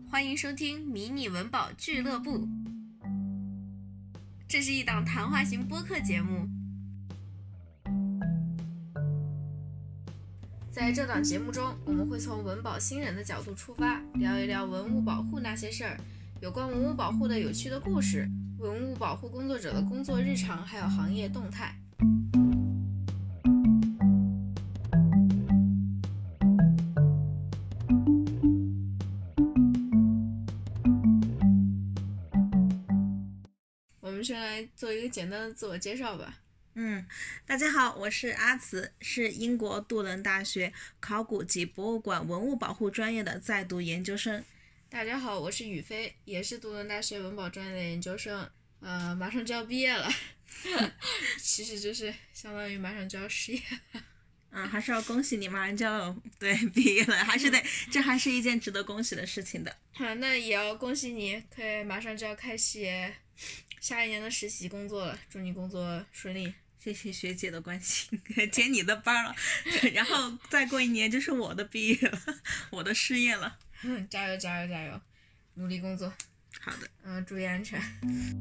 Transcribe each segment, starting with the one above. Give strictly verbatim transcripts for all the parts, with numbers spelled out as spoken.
欢迎收听迷你文保俱乐部。这是一档谈话型播客节目。在这档节目中，我们会从文保新人的角度出发，聊一聊文物保护那些事儿，有关文物保护的有趣的故事，文物保护工作者的工作日常，还有行业动态。我们先来做一个简单的自我介绍吧。 嗯，大家好，我是阿慈，是英国杜伦大学考古及博物馆文物保护专业的在读研究生。 大家好，我是宇飞，也是杜伦大学文保专业的研究生，呃，马上就要毕业了，其实就是相当于马上就要失业了。 嗯，还是要恭喜你马上就要对毕业了，还是得，这还是一件值得恭喜的事情的。 好，那也要恭喜你，可以马上就要开启下一年的实习工作了，祝你工作顺利。 谢谢学姐的关心，接你的班了，然后再过一年就是我的毕业了，我的失业了。 加油加油加油，努力工作。 好的， 嗯、呃，注意安全。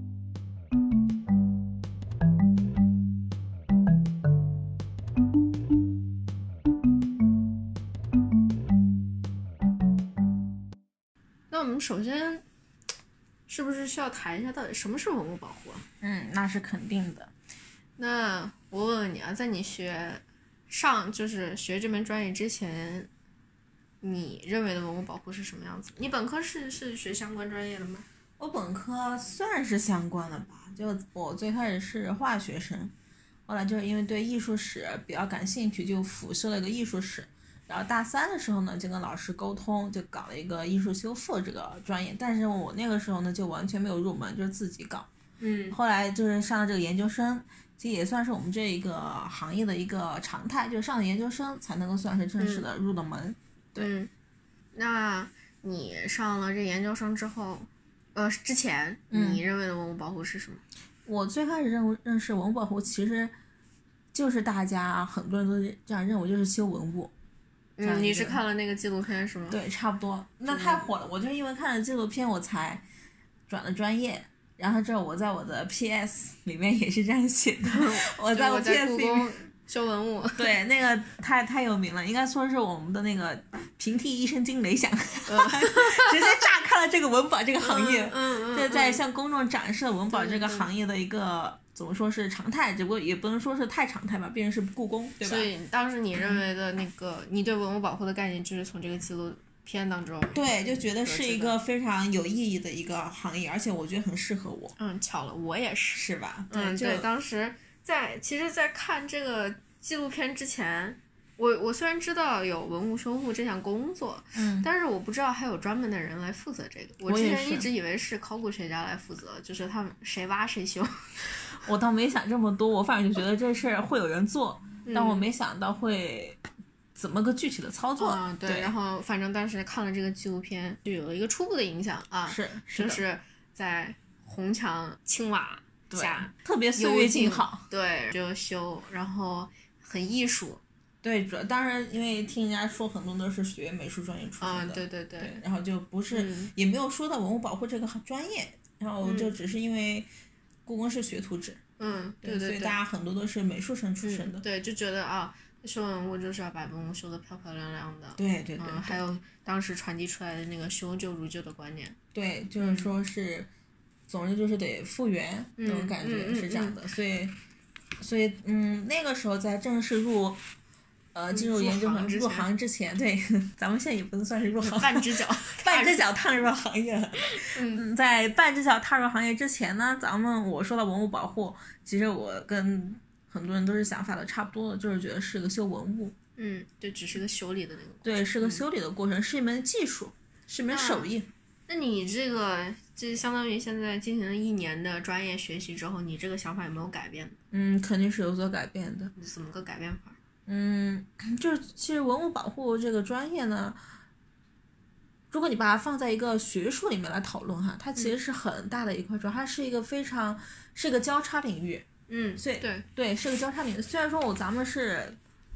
那我们首先是不是需要谈一下到底什么是文物保护啊？ 嗯，那是肯定的。 那我问问你啊，在你学上就是学这门专业之前，你认为的文物保护是什么样子？你本科是是学相关专业的吗？ 我本科算是相关的吧，就我最开始是化学生，后来就是因为对艺术史比较感兴趣，就辅修了一个艺术史。然后大三的时候呢，就跟老师沟通，就搞了一个艺术修复这个专业。但是我那个时候呢，就完全没有入门，就是自己搞。 嗯。 后来就是上了这个研究生。其实也算是我们这一个行业的一个常态，就上了研究生才能够算是正式的入的门。 嗯、 对、 嗯，那你上了这研究生之后，呃，之前你认为的文物保护是什么？ 嗯、我最开始认认识文物保护，其实就是大家很多人都这样认为，就是修文物。 嗯，你是看了那个纪录片是吗？ 对，差不多。那太火了，我就因为看了纪录片，我才转了专业。然后这我在我的 P S 里面也是这样写的，我在我 P S 里面修文物， 对，那个太太有名了，应该说是我们的那个平替一声惊雷响，嗯、直接炸开了这个文保这个行业， 嗯嗯， 这在向公众展示了文保这个行业的一个怎么说是常态，只不过也不能说是太常态吧，毕竟是故宫，对吧？ 所以当时你认为的那个，你对文物保护的概念就是从这个记录片当中， 对，就觉得是一个非常有意义的一个行业，而且我觉得很适合我。 嗯，巧了，我也是， 是吧？ 对，嗯，对，当时在其实，在看这个纪录片之前，我我虽然知道有文物修复这项工作， 嗯， 但是我不知道还有专门的人来负责这个。我之前一直以为是考古学家来负责，就是他们谁挖谁修。 我倒没想这么多，我反正就觉得这事儿会有人做，嗯、但我没想到会。怎么个具体的操作？ 嗯，对，对然后反正当时看了这个纪录片，就有了一个初步的影响啊， 是， 是就是在红墙青瓦下， 特别岁月静好， 对，就修，然后很艺术。 对，主要当然因为听人家说很多都是学美术专业出身的， 嗯，对对对, 对, 对，然后就不是、嗯、也没有说到文物保护这个专业，然后就只是因为故宫是学徒制， 嗯，对 对, 对, 对，所以大家很多都是美术生出身的， 嗯、对，就觉得啊。修文物就是要把文物修得漂漂亮亮的， 对对 对, 对、 嗯，还有当时传递出来的那个修旧如旧的观念， 对，就是说是，嗯、总之就是得复原那种感觉是这样的， 嗯嗯嗯嗯、 所以，所以嗯，那个时候在正式入，呃，进入研究生入行之前，对，咱们现在也不能算是入行， 半只脚， 半只脚踏入行业了。嗯，在半只脚踏入行业之前呢，咱们我说到文物保护，其实我跟。很多人都是想法的差不多的，就是觉得是个修文物， 嗯，对，只是个修理的那个过程， 对，是个修理的过程，嗯、是一门技术，是一门手艺。 那, 那你这个，这相当于现在进行了一年的专业学习之后，你这个想法有没有改变？ 嗯，肯定是有所改变的。 怎么个改变法？ 嗯，就是其实文物保护这个专业呢，如果你把它放在一个学术里面来讨论哈，它其实是很大的一块砖，它是一个非常是一个交叉领域。 嗯， 所以对对是个交叉领域。虽然说我咱们是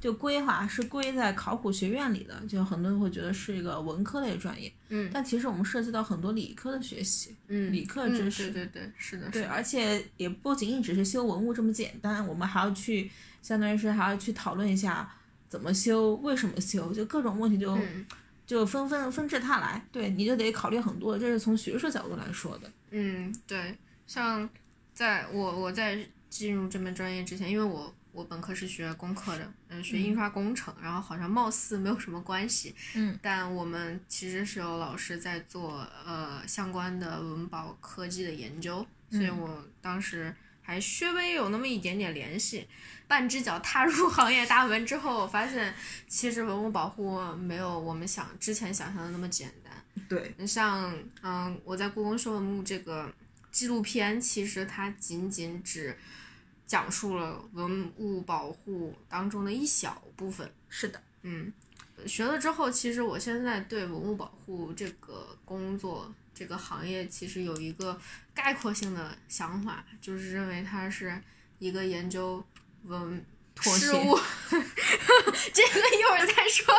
就规划是归在考古学院里的，就很多人会觉得是一个文科类专业， 嗯， 但其实我们涉及到很多理科的学习， 嗯， 理科知识， 嗯、对对对，是的， 对， 是的而且也不仅仅只是修文物这么简单，我们还要去，相当于是还要去讨论一下怎么修，为什么修，就各种问题就、 嗯、 就纷纷纷至沓来，对，你就得考虑很多，这是从学术角度来说的。 嗯，对，像在我我在进入这门专业之前，因为我我本科是学工科的，嗯，学印刷工程，嗯、然后好像貌似没有什么关系， 嗯， 但我们其实是有老师在做呃相关的文保科技的研究，所以我当时还稍微有那么一点点联系。半只脚踏入行业大门之后，我发现其实文物保护没有我们想之前想象的那么简单。 对， 像嗯，我在故宫修文物这个纪录片，其实它仅仅只讲述了文物保护当中的一小部分。 是的， 嗯，学了之后，其实我现在对文物保护这个工作这个行业，其实有一个概括性的想法，就是认为它是一个研究文事物，这个一会儿再说。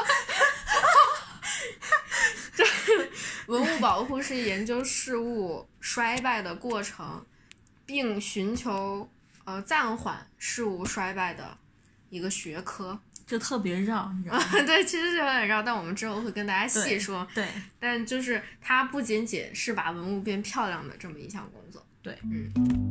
文物保护是研究事物衰败的过程，并寻求呃暂缓事物衰败的一个学科。 就特别绕，你知道吗？ 对，其实是有点绕，但我们之后会跟大家细说。 对，对但就是它不仅仅是把文物变漂亮的这么一项工作。 对， 嗯。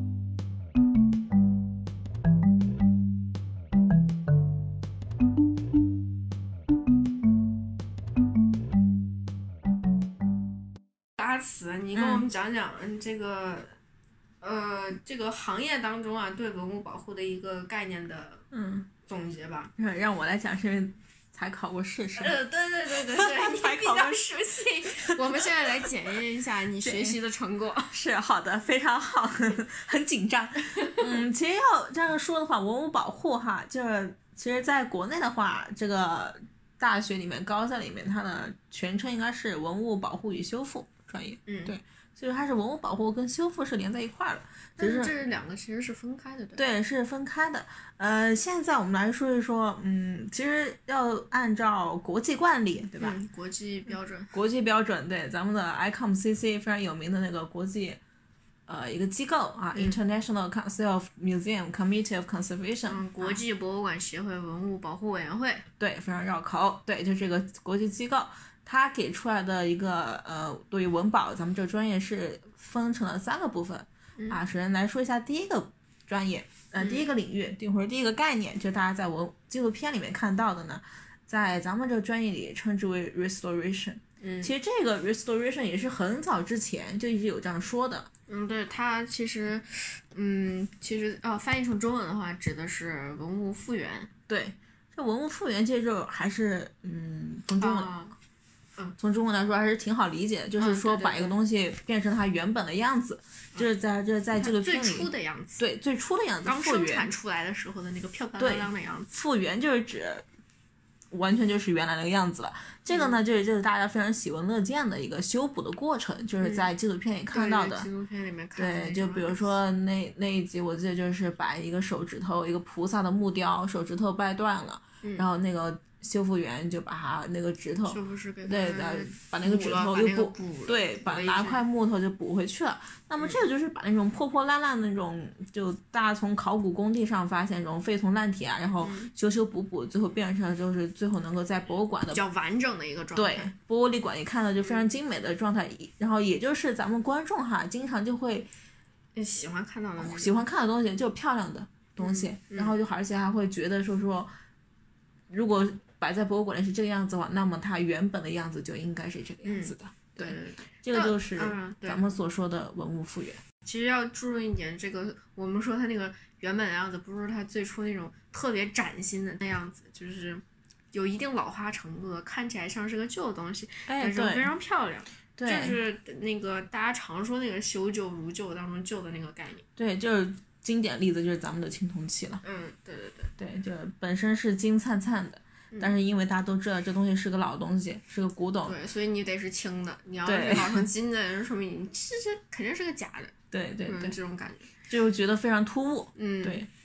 阿慈，你跟我们讲讲这个、嗯、呃这个行业当中啊对文物保护的一个概念的嗯总结吧。 让让我来讲，是因为才考过试是吗？ 呃，对对对对对，你比较熟悉。我们现在来检验一下你学习的成果。 是好的，非常好，很紧张。嗯，其实要这样说的话，文物保护哈，就是其实在国内的话，这个大学里面、高校里面，它的全称应该是文物保护与修复专业。 嗯， 对，所以它是文物保护跟修复是连在一块儿的。 但是这两个其实是分开的，对吧？ 对，是分开的。呃，现在我们来说一说，嗯，其实要按照国际惯例，对吧？ 嗯，国际标准。 国际标准，对，咱们的 I C O M C C 非常有名的那个国际，呃，一个机构啊、 嗯、 ，International Council of Museum Committee of Conservation， 嗯，国际博物馆协会文物保护委员会。 啊、对，非常绕口，对，就这个国际机构，它给出来的一个呃，对于文保，咱们这个专业是分成了三个部分。啊，首先来说一下第一个专业，呃，第一个领域，或者第一个概念，就大家在文纪录片里面看到的呢，在咱们这个专业里称之为 restoration。 嗯， 其实这个 restoration 也是很早之前就一直有这样说的。 嗯，对，它其实，嗯，其实哦，翻译成中文的话，指的是文物复原。 对，这文物复原其实就还是，嗯，从中文。 啊嗯，从中文来说还是挺好理解的，就是说把一个东西变成它原本的样子， 嗯、 就是在这在纪录片里最初的样子， 对，最初的样子， 刚生产出来的时候的那个漂漂亮亮的样子。 复原就是指完全就是原来那个样子了。这个呢， 嗯、 就是就是大家非常喜闻乐见的一个修补的过程，就是在纪录片里看到的。 嗯、纪录片里面看对，就比如说那那一集，我记得就是把一个手指头，一个菩萨的木雕，手指头掰断了， 嗯、 然后那个。修复员就把他那个指头，对，把那个指头又补， 补对，把拿块木头就补回去了。那么这个就是把那种破破烂烂的那种，就大家从考古工地上发现这种废铜烂铁啊，然后修修补补，最后变成就是最后能够在博物馆的比较完整的一个状态。 对，玻璃馆里看到就非常精美的状态，然后也就是咱们观众哈，经常就会喜欢看到的喜欢看的东西，就漂亮的东西， 嗯、 然后就而且还会觉得说说，如果摆在博物馆里是这个样子的话，那么它原本的样子就应该是这个样子的。 嗯、对, 对, 对， 这个就是咱们所说的文物复原。 其实要注重一点，这个我们说它那个原本的样子，不是它最初那种特别崭新的那样子，就是有一定老化程度的，看起来像是个旧的东西， 哎、 但是非常漂亮。 对， 就是那个大家常说那个修旧如旧当中旧的那个概念。 对，就是经典例子就是咱们的青铜器了。 嗯，对对对。对，就本身是金灿灿的。但是因为大家都知道这东西是个老东西，是个古董， 对，所以你得是轻的。你要是搞成金的，说明你这这肯定是个假的。 对对对、 嗯，这种感觉就觉得非常突兀。 嗯， 对。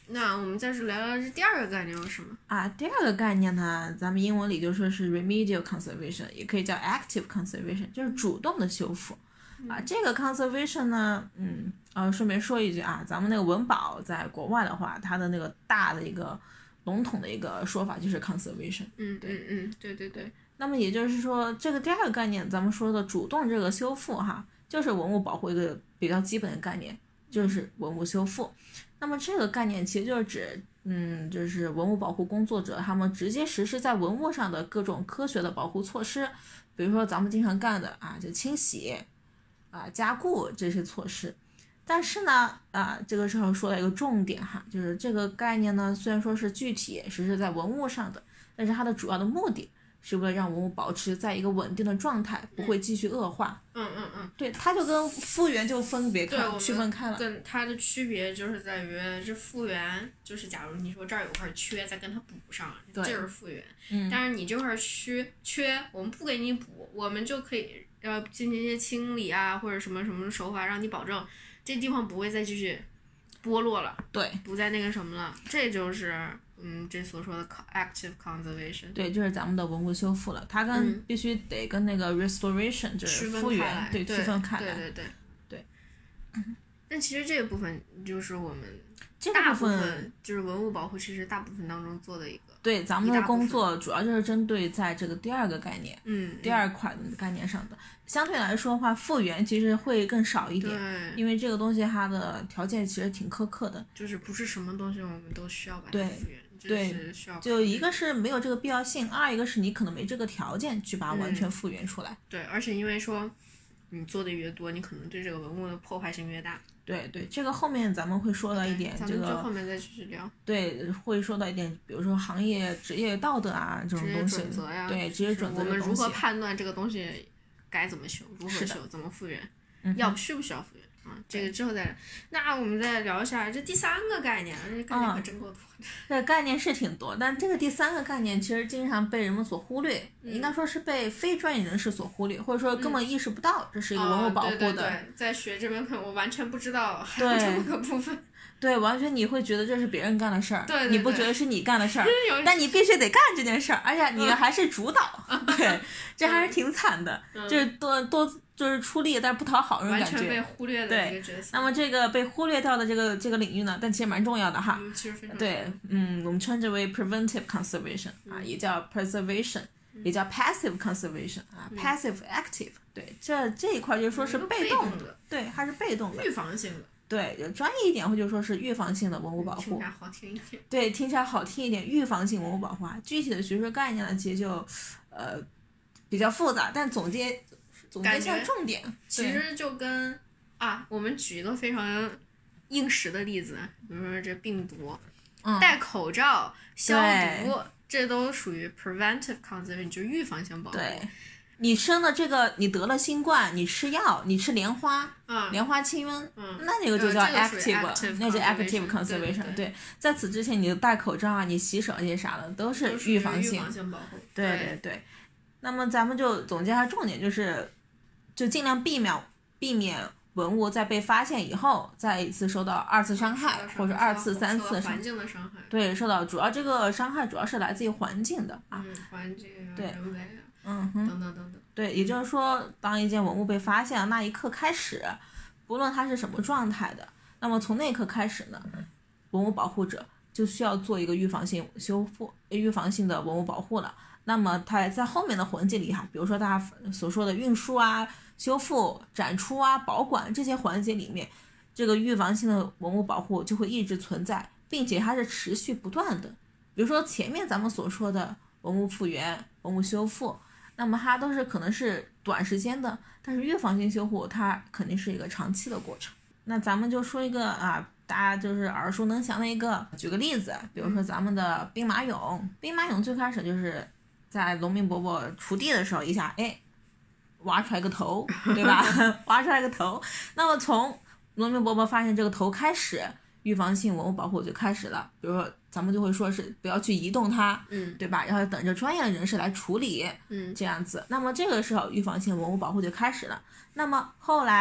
那我们再是聊聊这第二个概念有什么啊？第二个概念呢，咱们英文里就说是 remedial conservation， 也可以叫 active conservation， 就是主动的修复。啊，这个 conservation 呢，嗯，呃，顺便说一句啊，咱们那个文保在国外的话，它的那个大的一个笼统的一个说法就是 conservation。 嗯，对，嗯嗯，对对对。 那么也就是说，这个第二个概念，咱们说的主动这个修复哈，就是文物保护一个比较基本的概念，就是文物修复。那么这个概念其实就是指，嗯，就是文物保护工作者他们直接实施在文物上的各种科学的保护措施，比如说咱们经常干的啊，就清洗。啊，加固这些措施，但是呢，啊，这个时候说到一个重点哈，就是这个概念呢，虽然说是具体实施在文物上的，但是它的主要的目的是为了让文物保持在一个稳定的状态，不会继续恶化。 嗯嗯嗯， 对，它就跟复原就分别开区分开了。 跟它的区别就是在于，这复原就是假如你说这儿有块缺，再跟它补上，这是复原。 嗯。 但是你这块缺缺，我们不给你补，我们就可以。要进行一些清理啊，或者什么什么手法，让你保证这地方不会再继续剥落了， 对， 不再那个什么了，这就是嗯这所说的 active conservation。 对，就是咱们的文物修复了，它跟、嗯、必须得跟那个 restoration 就是复原， 对， 区分开来， 对对对对。 嗯，但其实这个部分就是我们这大部分就是文物保护，其实大部分当中做的一个。 对，咱们的工作主要就是针对在这个第二个概念， 嗯， 第二块概念上的。相对来说的话，复原其实会更少一点， 对， 因为这个东西它的条件其实挺苛刻的， 就是不是什么东西我们都需要把它复原， 对， 就是需要就一个是没有这个必要性，二一个是你可能没这个条件去把它完全复原出来。 嗯、对，而且因为说你做的越多，你可能对这个文物的破坏性越大。 对对，这个后面咱们会说到一点，这个咱们就后面再继续聊。 对，会说到一点，比如说行业职业道德啊这种东西， 准则呀， 对，职业准则。 我们如何判断这个东西该怎么修，如何修，怎么复原， 嗯、 要需不需要复原啊？这个之后再聊。那我们再聊一下这第三个概念，这概念可真够多。 嗯、这概念是挺多，但这个第三个概念其实经常被人们所忽略， 嗯、 应该说是被非专业人士所忽略，或者说根本意识不到这是一个文物保护的。 嗯哦、对对对，在学这门课，我完全不知道还有这么个部分。 对，完全你会觉得这是别人干的事儿， 对对对， 你不觉得是你干的事儿，但你必须得干这件事儿，而且你还是主导，嗯、对，这还是挺惨的， 嗯、 就是多多就是出力，但是不讨好那种感觉， 完全被忽略的一个角色。 那么这个被忽略掉的这个这个领域呢，但其实蛮重要的哈， 嗯、其实非常对，嗯，我们称之为 preventive conservation、嗯、啊，也叫 preservation、嗯、也叫 passive conservation 啊、嗯、，passive active， 对，这这一块就说是被动的， 嗯、 对，它是被动的， 预防性的。 对，专业一点，或者说是预防性的文物保护。 听起来好听一点。 对，听起来好听一点，预防性文物保护啊。具体的学术概念呢，其实就，呃，比较复杂，但总结总结一下重点， 其实就跟啊，我们举一个非常应时的例子，比如说这病毒， 嗯、 戴口罩、消毒，这都属于 preventive conservation， 就是预防性保护。 对。你生了这个，你得了新冠，你吃药，你吃莲花， 嗯、 莲花清瘟， 嗯、 那那个就叫 active，、 呃、 那就 active conservation。 对, 对，在此之前，你戴口罩啊，你洗手这些啥的，都是预防性。 预防性保护。 对对对, 对。那么咱们就总结一下重点，就是就尽量避免避免文物在被发现以后，再一次受到二次伤害，或者二次、三次环境的伤害。 对，受到主要这个伤害主要是来自于环境的啊， 嗯，环境啊， 对， 人为啊。 嗯哼， 等等等等， 对，也就是说，当一件文物被发现的那一刻开始，不论它是什么状态的，那么从那一刻开始呢，文物保护者就需要做一个预防性修复、预防性的文物保护了。那么它在后面的环节里哈，比如说大家所说的运输啊、修复、展出啊、保管这些环节里面，这个预防性的文物保护就会一直存在，并且它是持续不断的。比如说前面咱们所说的文物复原、文物修复。那么它都是可能是短时间的，但是预防性修护它肯定是一个长期的过程。那咱们就说一个啊，大家就是耳熟能详的一个，举个例子，比如说咱们的兵马俑，兵马俑最开始就是在农民伯伯锄地的时候一下，哎，挖出来个头，对吧？挖出来个头。那么从农民伯伯发现这个头开始，预防性文物保护就开始了。比如说咱们就会说是不要去移动它， 嗯， 对吧？要等着专业的人士来处理， 嗯， 这样子。那么这个时候预防性文物保护就开始了。那么后来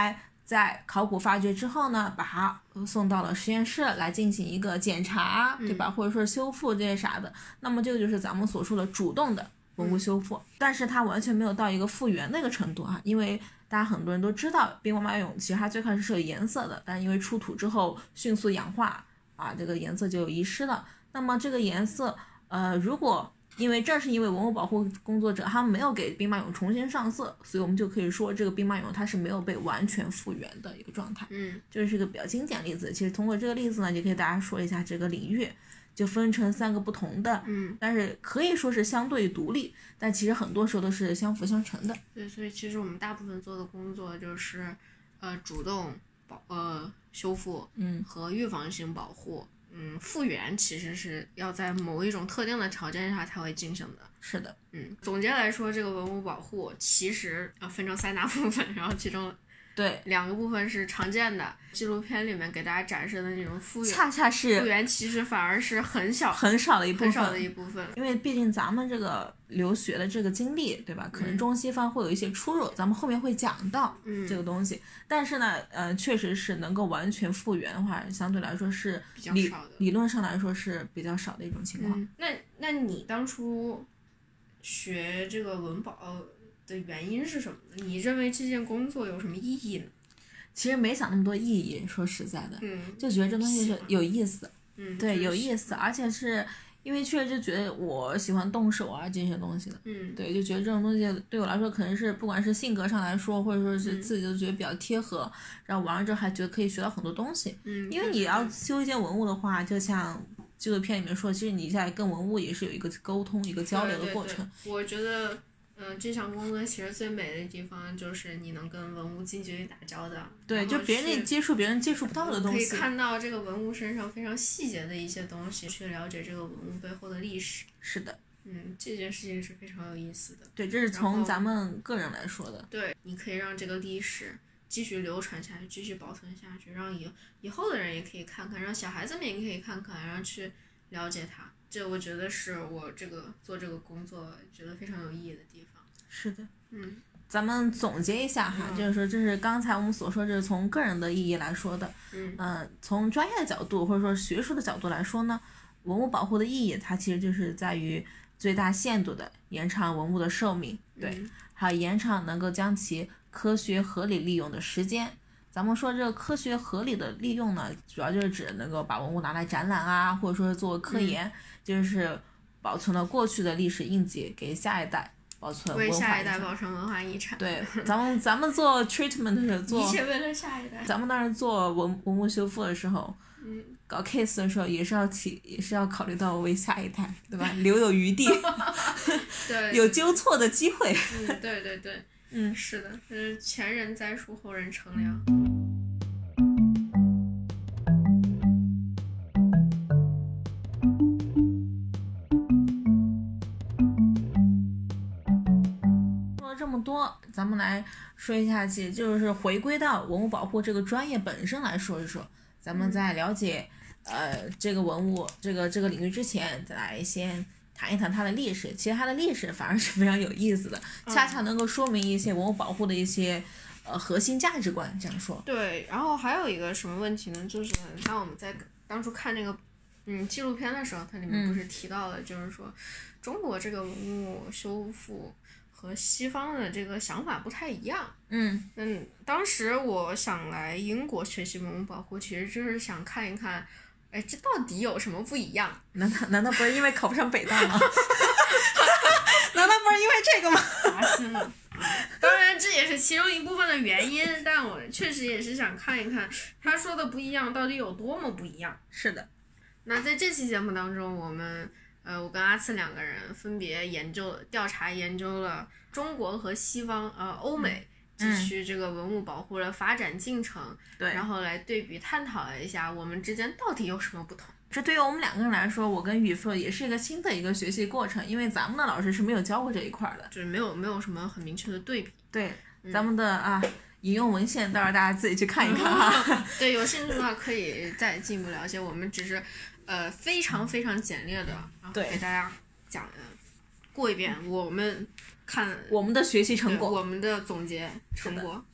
在考古发掘之后呢，把它送到了实验室来进行一个检查，对吧？ 嗯、 或者说修复这些啥的。那么这个就是咱们所说的主动的文物修复，嗯、但是它完全没有到一个复原那个程度啊，因为大家很多人都知道，兵马俑其实它最开始是有颜色的，但因为出土之后迅速氧化啊，这个颜色就遗失了。那么这个颜色，呃，如果因为正是因为文物保护工作者他们没有给兵马俑重新上色，所以我们就可以说这个兵马俑它是没有被完全复原的一个状态。 嗯， 这是一个比较经典例子。其实通过这个例子呢，就可以大家说一下这个领域就分成三个不同的， 嗯， 但是可以说是相对独立，但其实很多时候都是相辅相成的。 对，所以其实我们大部分做的工作就是呃主动保呃修复， 嗯， 和预防性保护。嗯，复原其实是要在某一种特定的条件下才会进行的。 是的， 嗯，总结来说，这个文物保护其实要分成三大部分，然后其中对两个部分是常见的，纪录片里面给大家展示的那种复原， 恰恰是复原其实反而是很小很少的一部分， 很少的一部分。 因为毕竟咱们这个留学的这个经历，对吧？可能中西方会有一些出入，嗯、咱们后面会讲到这个东西。嗯、但是呢，呃，确实是能够完全复原的话，相对来说是比较少的， 理论上来说是比较少的一种情况。 嗯、那那你当初学这个文保的原因是什么呢？你认为这件工作有什么意义呢？ 其实没想那么多意义，说实在的， 嗯， 就觉得这东西是有意思， 嗯， 对，有意思，而且是因为确实就觉得我喜欢动手啊这些东西的， 嗯， 对，就觉得这种东西对我来说可能是不管是性格上来说，或者说是自己就觉得比较贴合，嗯、然后玩了之后还觉得可以学到很多东西， 嗯， 因为你要修一件文物的话，就像纪录片里面说，其实你在跟文物也是有一个沟通、一个交流的过程。 对对对，我觉得。嗯，这项工作其实最美的地方就是你能跟文物近距离打交道， 对，就别人接触别人接触不到的东西， 可以看到这个文物身上非常细节的一些东西，去了解这个文物背后的历史。 是的， 嗯，这件事情是非常有意思的。 对，这是从咱们个人来说的。 对，你可以让这个历史继续流传下去，继续保存下去，让以以后的人也可以看看，让小孩子们也可以看看，然后去了解它。这我觉得是我这个做这个工作觉得非常有意义的地方。 是的， 嗯， 咱们总结一下哈，嗯、就是说这是刚才我们所说，这是从个人的意义来说的， 嗯、 呃，从专业的角度或者说学术的角度来说呢，文物保护的意义，它其实就是在于最大限度的延长文物的寿命，对， 嗯、 还有延长能够将其科学合理利用的时间。咱们说这个科学合理的利用呢，主要就是指能够把文物拿来展览啊，或者说是做科研， 嗯、 就是保存了过去的历史印记给下一代。保存为下一代保存文化遗产。 对，咱们咱们做 treatment 的时候做， 一切为了下一代。 咱们当时做文文物修复的时候， 嗯， 搞 case 的时候也是要起，也是要考虑到为下一代，对吧？留有余地， 对， 有纠错的机会。 嗯，对对对， 嗯， 是的，就是前人栽树，后人乘凉。 多，咱们来说一下，其实就是回归到文物保护这个专业本身来说一说。咱们在了解、嗯、呃这个文物这个这个领域之前，再来先谈一谈它的历史。其实它的历史反而是非常有意思的，恰恰能够说明一些文物保护的一些呃核心价值观。这样说。 对，然后还有一个什么问题呢？就是当我们在当初看那个嗯纪录片的时候，它里面不是提到了，就是说、嗯、中国这个文物修复和西方的这个想法不太一样。 嗯嗯，当时我想来英国学习文物保护，其实就是想看一看，哎，这到底有什么不一样？ 难道难道不是因为考不上北大吗？难道不是因为这个吗？ 扎心了。当然，这也是其中一部分的原因，但我确实也是想看一看他说的不一样到底有多么不一样。 是的。 那在这期节目当中，我们。呃，我跟阿次两个人分别研究、调查、研究了中国和西方、呃欧美地区这个文物保护的发展进程， 对、嗯， 然后来对比探讨了一下我们之间到底有什么不同。 这对于我们两个人来说，我跟宇父也是一个新的一个学习过程，因为咱们的老师是没有教过这一块的， 就是没有没有什么很明确的对比。 对，嗯、咱们的啊引用文献，到时候大家自己去看一看哈。 对，有兴趣的话可以再进一步了解，我们只是。呃，非常非常简略的，然后给大家讲呃过一遍我们看我们的学习成果， 我们的总结成果。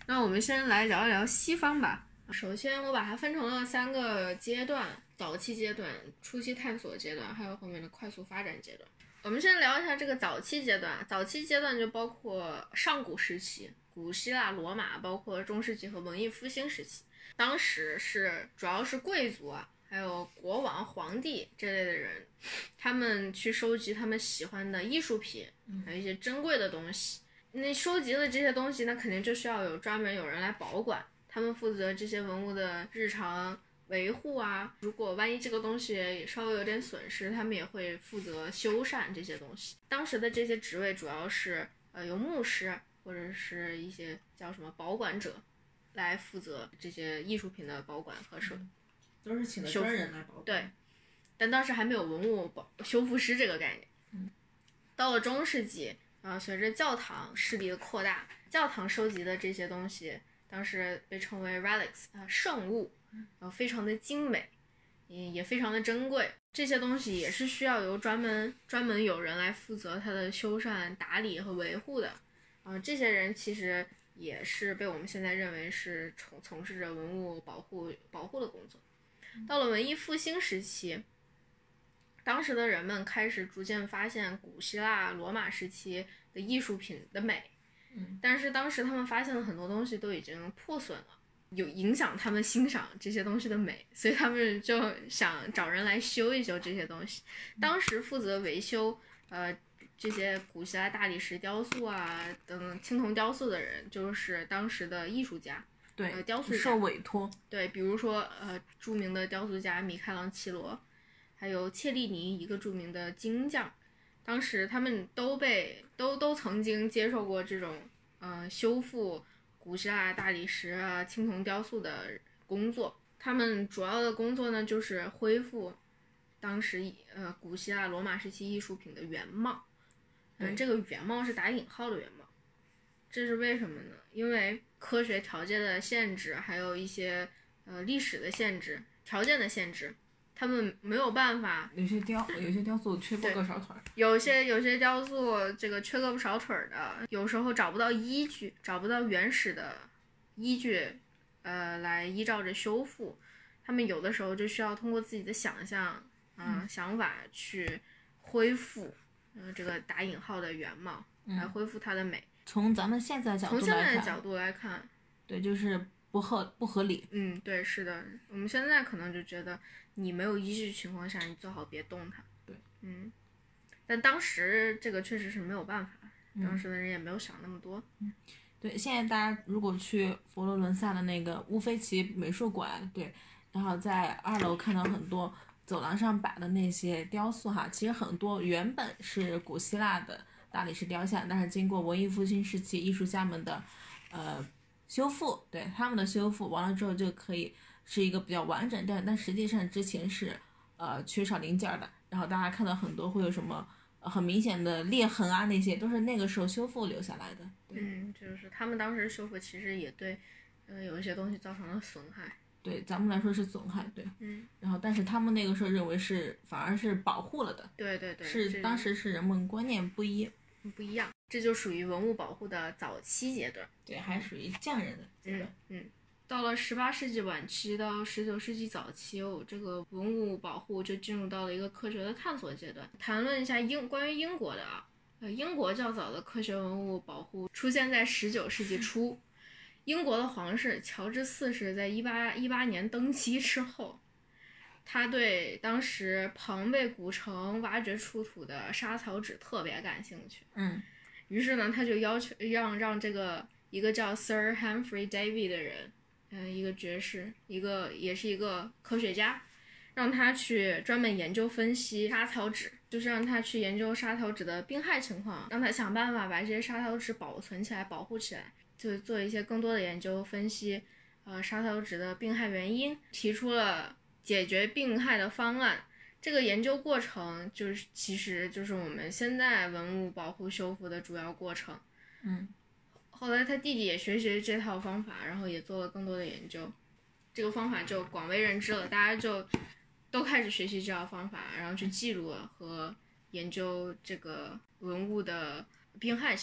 那我们先来聊一聊西方吧。首先我把它分成了三个阶段，早期阶段、初期探索阶段，还有后面的快速发展阶段。我们先聊一下这个早期阶段。早期阶段就包括上古时期，古希腊、罗马，包括中世纪和文艺复兴时期。当时是主要是贵族啊，还有国王、皇帝这类的人，他们去收集他们喜欢的艺术品，还有一些珍贵的东西。那收集的这些东西呢，肯定就需要有专门有人来保管，他们负责这些文物的日常维护啊。如果万一这个东西稍微有点损失，他们也会负责修缮这些东西。当时的这些职位主要是呃由牧师或者是一些叫什么保管者来负责这些艺术品的保管和收。 都是请的专人来保管。 对，但当时还没有文物保修复师这个概念。 嗯， 到了中世纪，啊，随着教堂势力的扩大，教堂收集的这些东西，当时被称为 relics 啊，圣物，然后非常的精美，也也非常的珍贵。这些东西也是需要由专门专门有人来负责它的修缮、打理和维护的。啊，这些人其实也是被我们现在认为是从从事着文物保护保护的工作。到了文艺复兴时期，当时的人们开始逐渐发现古希腊、罗马时期的艺术品的美， 嗯， 但是当时他们发现了很多东西都已经破损了，有影响他们欣赏这些东西的美，所以他们就想找人来修一修这些东西。当时负责维修呃这些古希腊大理石雕塑啊等青铜雕塑的人，就是当时的艺术家。 对， 呃，雕塑家受委托。 对，比如说呃，著名的雕塑家米开朗基罗，还有切利尼，一个著名的金匠，当时他们都被都都曾经接受过这种呃修复古希腊大理石啊、青铜雕塑的工作。他们主要的工作呢，就是恢复当时呃古希腊、罗马时期艺术品的原貌。嗯，这个原貌是打引号的原貌。这是为什么呢？因为科学条件的限制，还有一些呃历史的限制、条件的限制，他们没有办法。 有些雕，有些雕塑缺胳膊少腿儿。 有些有些雕塑这个缺胳膊少腿儿的，有时候找不到依据，找不到原始的依据，呃，来依照着修复。他们有的时候就需要通过自己的想象啊、呃嗯、想法去恢复，嗯、呃，这个打引号的原貌，来恢复它的美。 从咱们现在角度来看， 从现在的角度来看， 对，就是不合不合理。 嗯，对，是的，我们现在可能就觉得你没有依据情况下，你最好别动它。 对， 嗯，但当时这个确实是没有办法，当时的人也没有想那么多。 嗯，对，现在大家如果去佛罗伦萨的那个乌菲齐美术馆，对，然后在二楼看到很多走廊上摆的那些雕塑哈，其实很多原本是古希腊的大理石雕像，但是经过文艺复兴时期艺术家们的呃修复，对他们的修复完了之后就可以是一个比较完整，但但实际上之前是呃缺少零件的，然后大家看到很多会有什么、呃、很明显的裂痕啊，那些都是那个时候修复留下来的。对， 嗯，就是他们当时修复其实也对呃有一些东西造成了损害。 对，咱们来说是损害，对， 嗯， 然后但是他们那个时候认为是反而是保护了的。 对对对， 是当时是人们观念不一不一样，这就属于文物保护的早期阶段。 对，还属于匠人的阶段。 嗯，嗯，到了十八世纪晚期到十九世纪早期，哦，这个文物保护就进入到了一个科学的探索阶段。谈论一下英关于英国的啊，呃，英国较早的科学文物保护出现在十九世纪初。英国的皇室乔治四世在一八一八年登基之后，他对当时庞贝古城挖掘出土的沙草纸特别感兴趣。 嗯， 于是呢，他就要求让让这个一个叫 Sir Humphrey Davy 的人，嗯、呃，一个爵士，一个也是一个科学家，让他去专门研究分析沙草纸，就是让他去研究沙草纸的病害情况，让他想办法把这些沙草纸保存起来、保护起来。就做一些更多的研究分析，呃，沙草纸的病害原因，提出了解决病害的方案。这个研究过程就是其实就是我们现在文物保护修复的主要过程。 嗯， 后来他弟弟也学习这套方法，然后也做了更多的研究，这个方法就广为人知了，大家就都开始学习这套方法，然后去记录和研究这个文物的病害情况。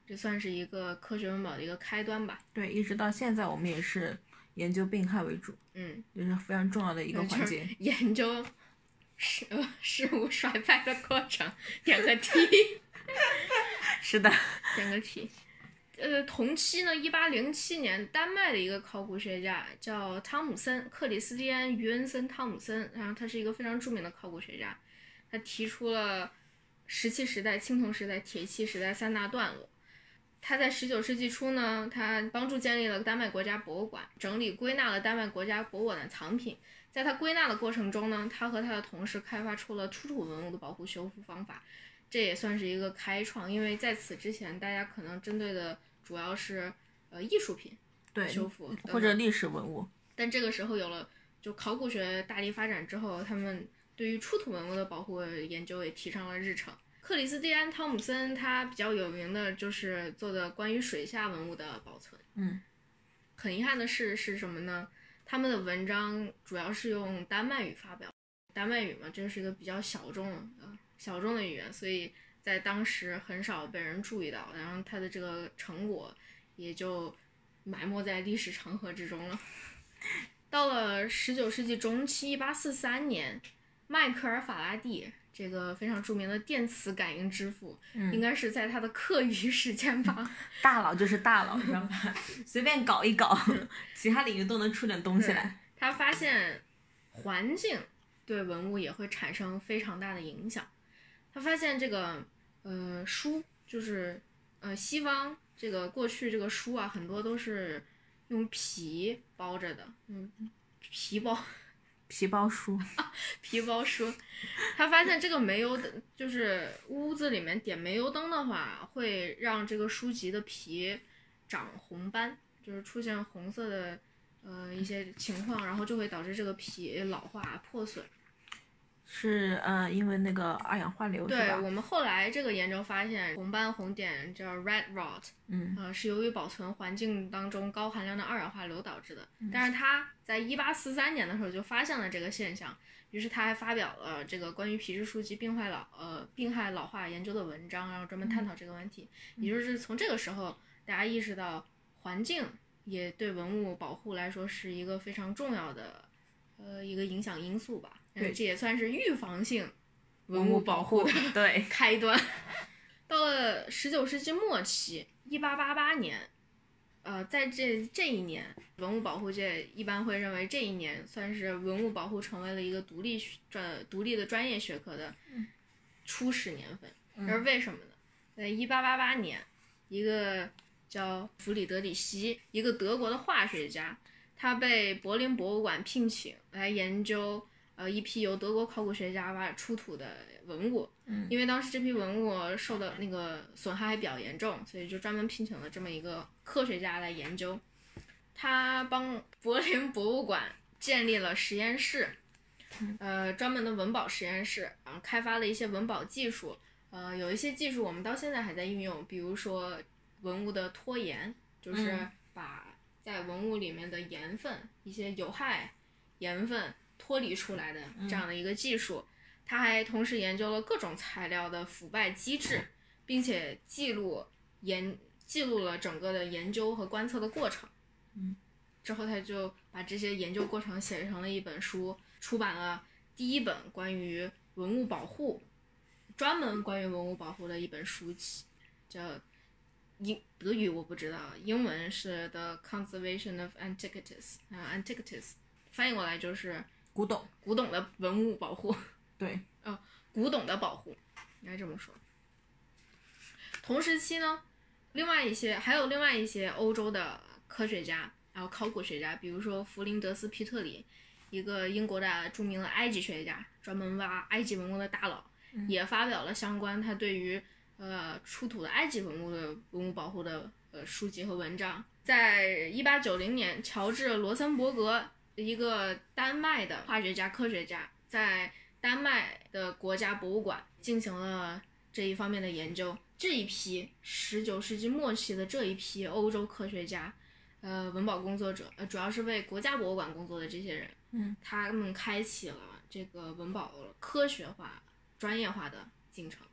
这算是一个科学文保的一个开端吧。 对，一直到现在我们也是研究病害为主， 嗯， 这是非常重要的一个环节。 研究事事物衰败的过程，点个题。 是的， 点个题。呃，同期呢，一八零七年，丹麦的一个考古学家叫汤姆森，克里斯蒂安·于恩森·汤姆森，然后他是一个非常著名的考古学家，他提出了石器时代、青铜时代、铁器时代三大段落。他在十九世纪初呢，他帮助建立了丹麦国家博物馆，整理归纳了丹麦国家博物馆的藏品。在他归纳的过程中呢，他和他的同事开发出了出土文物的保护修复方法，这也算是一个开创，因为在此之前，大家可能针对的主要是呃艺术品对修复或者历史文物， 但这个时候有了就考古学大力发展之后，他们对于出土文物的保护研究也提上了日程。克里斯蒂安·汤姆森他比较有名的就是做的关于水下文物的保存。 嗯， 很遗憾的是是什么呢？他们的文章主要是用丹麦语发表，丹麦语嘛，这是一个比较小众的、呃、小众的语言，所以在当时很少被人注意到，然后他的这个成果也就埋没在历史长河之中了。到了十九世纪中期，一八四三年，迈克尔·法拉第这个非常著名的电磁感应之父， 嗯、 应该是在他的课余时间吧。 大佬就是大佬，知道吧？随便搞一搞，其他领域都能出点东西来。 他发现环境对文物也会产生非常大的影响。他发现这个呃书就是呃西方这个过去这个书啊，很多都是用皮包着的，嗯，皮包。 皮包书， 皮包书，他发现这个煤油灯，就是屋子里面点煤油灯的话，会让这个书籍的皮长红斑，就是出现红色的呃一些情况，然后就会导致这个皮老化破损。 是呃，因为那个二氧化硫是吧？ 对，我们后来这个研究发现，红斑红点叫 red rot， 嗯， 呃，是由于保存环境当中高含量的二氧化硫导致的。嗯、但是他在一八四三年的时候就发现了这个现象，于是他还发表了这个关于皮质书籍病害老呃病害老化研究的文章，然后专门探讨这个问题。嗯、也就是从这个时候，大家意识到环境也对文物保护来说是一个非常重要的呃一个影响因素吧。 对， 这也算是预防性文物保护的对开端。到了十九世纪末期，一八八八年，呃，在这这一年，文物保护界一般会认为这一年算是文物保护成为了一个独立专独立的专业学科的初始年份。 嗯、 而为什么呢？在一八八八年，一个叫弗里德里希，一个德国的化学家，他被柏林博物馆聘请来研究。呃，一批由德国考古学家挖出土的文物， 嗯， 因为当时这批文物受的那个损害还比较严重，所以就专门聘请了这么一个科学家来研究。他帮柏林博物馆建立了实验室，呃，专门的文保实验室，然后开发了一些文保技术，呃，有一些技术我们到现在还在运用，比如说文物的脱盐，就是把在文物里面的盐分，一些有害盐分脱离出来的这样的一个技术。他还同时研究了各种材料的腐败机制，并且记录研记录了整个的研究和观测的过程。 嗯， 之后他就把这些研究过程写成了一本书，出版了第一本关于文物保护，专门关于文物保护的一本书籍，叫英德语我不知道，英文是 The Conservation of Antiquities 啊 Antiquities， 翻译过来就是古董古董的文物保护。 对， 呃，古董的保护，应该这么说。同时期呢，另外一些还有另外一些欧洲的科学家，还有考古学家，比如说弗林德斯·皮特里，一个英国的著名的埃及学家，专门挖埃及文物的大佬， 嗯、 也发表了相关他对于呃出土的埃及文物的文物保护的呃书籍和文章。在一八九零年，乔治·罗森伯格，一个丹麦的化学家、科学家，在丹麦的国家博物馆进行了这一方面的研究。这一批十九世纪末期的这一批欧洲科学家，呃，文保工作者，呃，主要是为国家博物馆工作的这些人， 嗯， 他们开启了这个文保科学化、专业化的进程。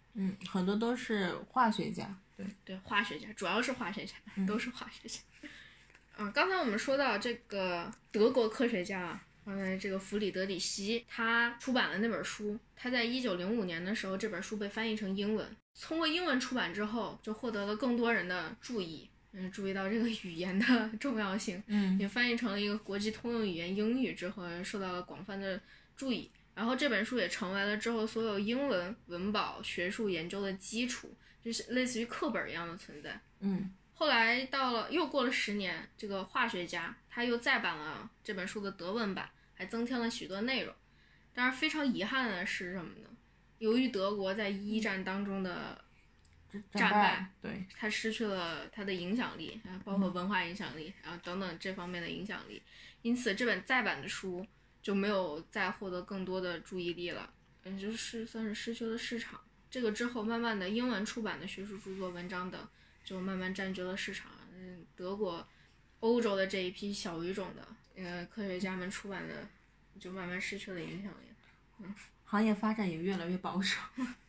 嗯，很多都是化学家。对对，化学家主要是化学家，嗯、都是化学家。嗯，刚才我们说到这个德国科学家，嗯，这个弗里德里希，他出版了那本书。他在一九零五年的时候，这本书被翻译成英文，通过英文出版之后，就获得了更多人的注意。嗯，注意到这个语言的重要性， 嗯， 也翻译成了一个国际通用语言英语之后，受到了广泛的注意。然后这本书也成为了之后所有英文文保学术研究的基础，就是类似于课本一样的存在。 嗯， 后来到了又过了十年，这个化学家他又再版了这本书的德文版，还增添了许多内容。但是非常遗憾的是什么呢？由于德国在一战当中的战败， 对， 他失去了他的影响力，包括文化影响力，然后等等这方面的影响力，因此这本再版的书就没有再获得更多的注意力了，嗯，就是算是失去了市场。这个之后，慢慢的英文出版的学术著作、文章等就慢慢占据了市场。嗯，德国、欧洲的这一批小语种的呃科学家们出版的，就慢慢失去了影响力。嗯， 行业发展也越来越保守。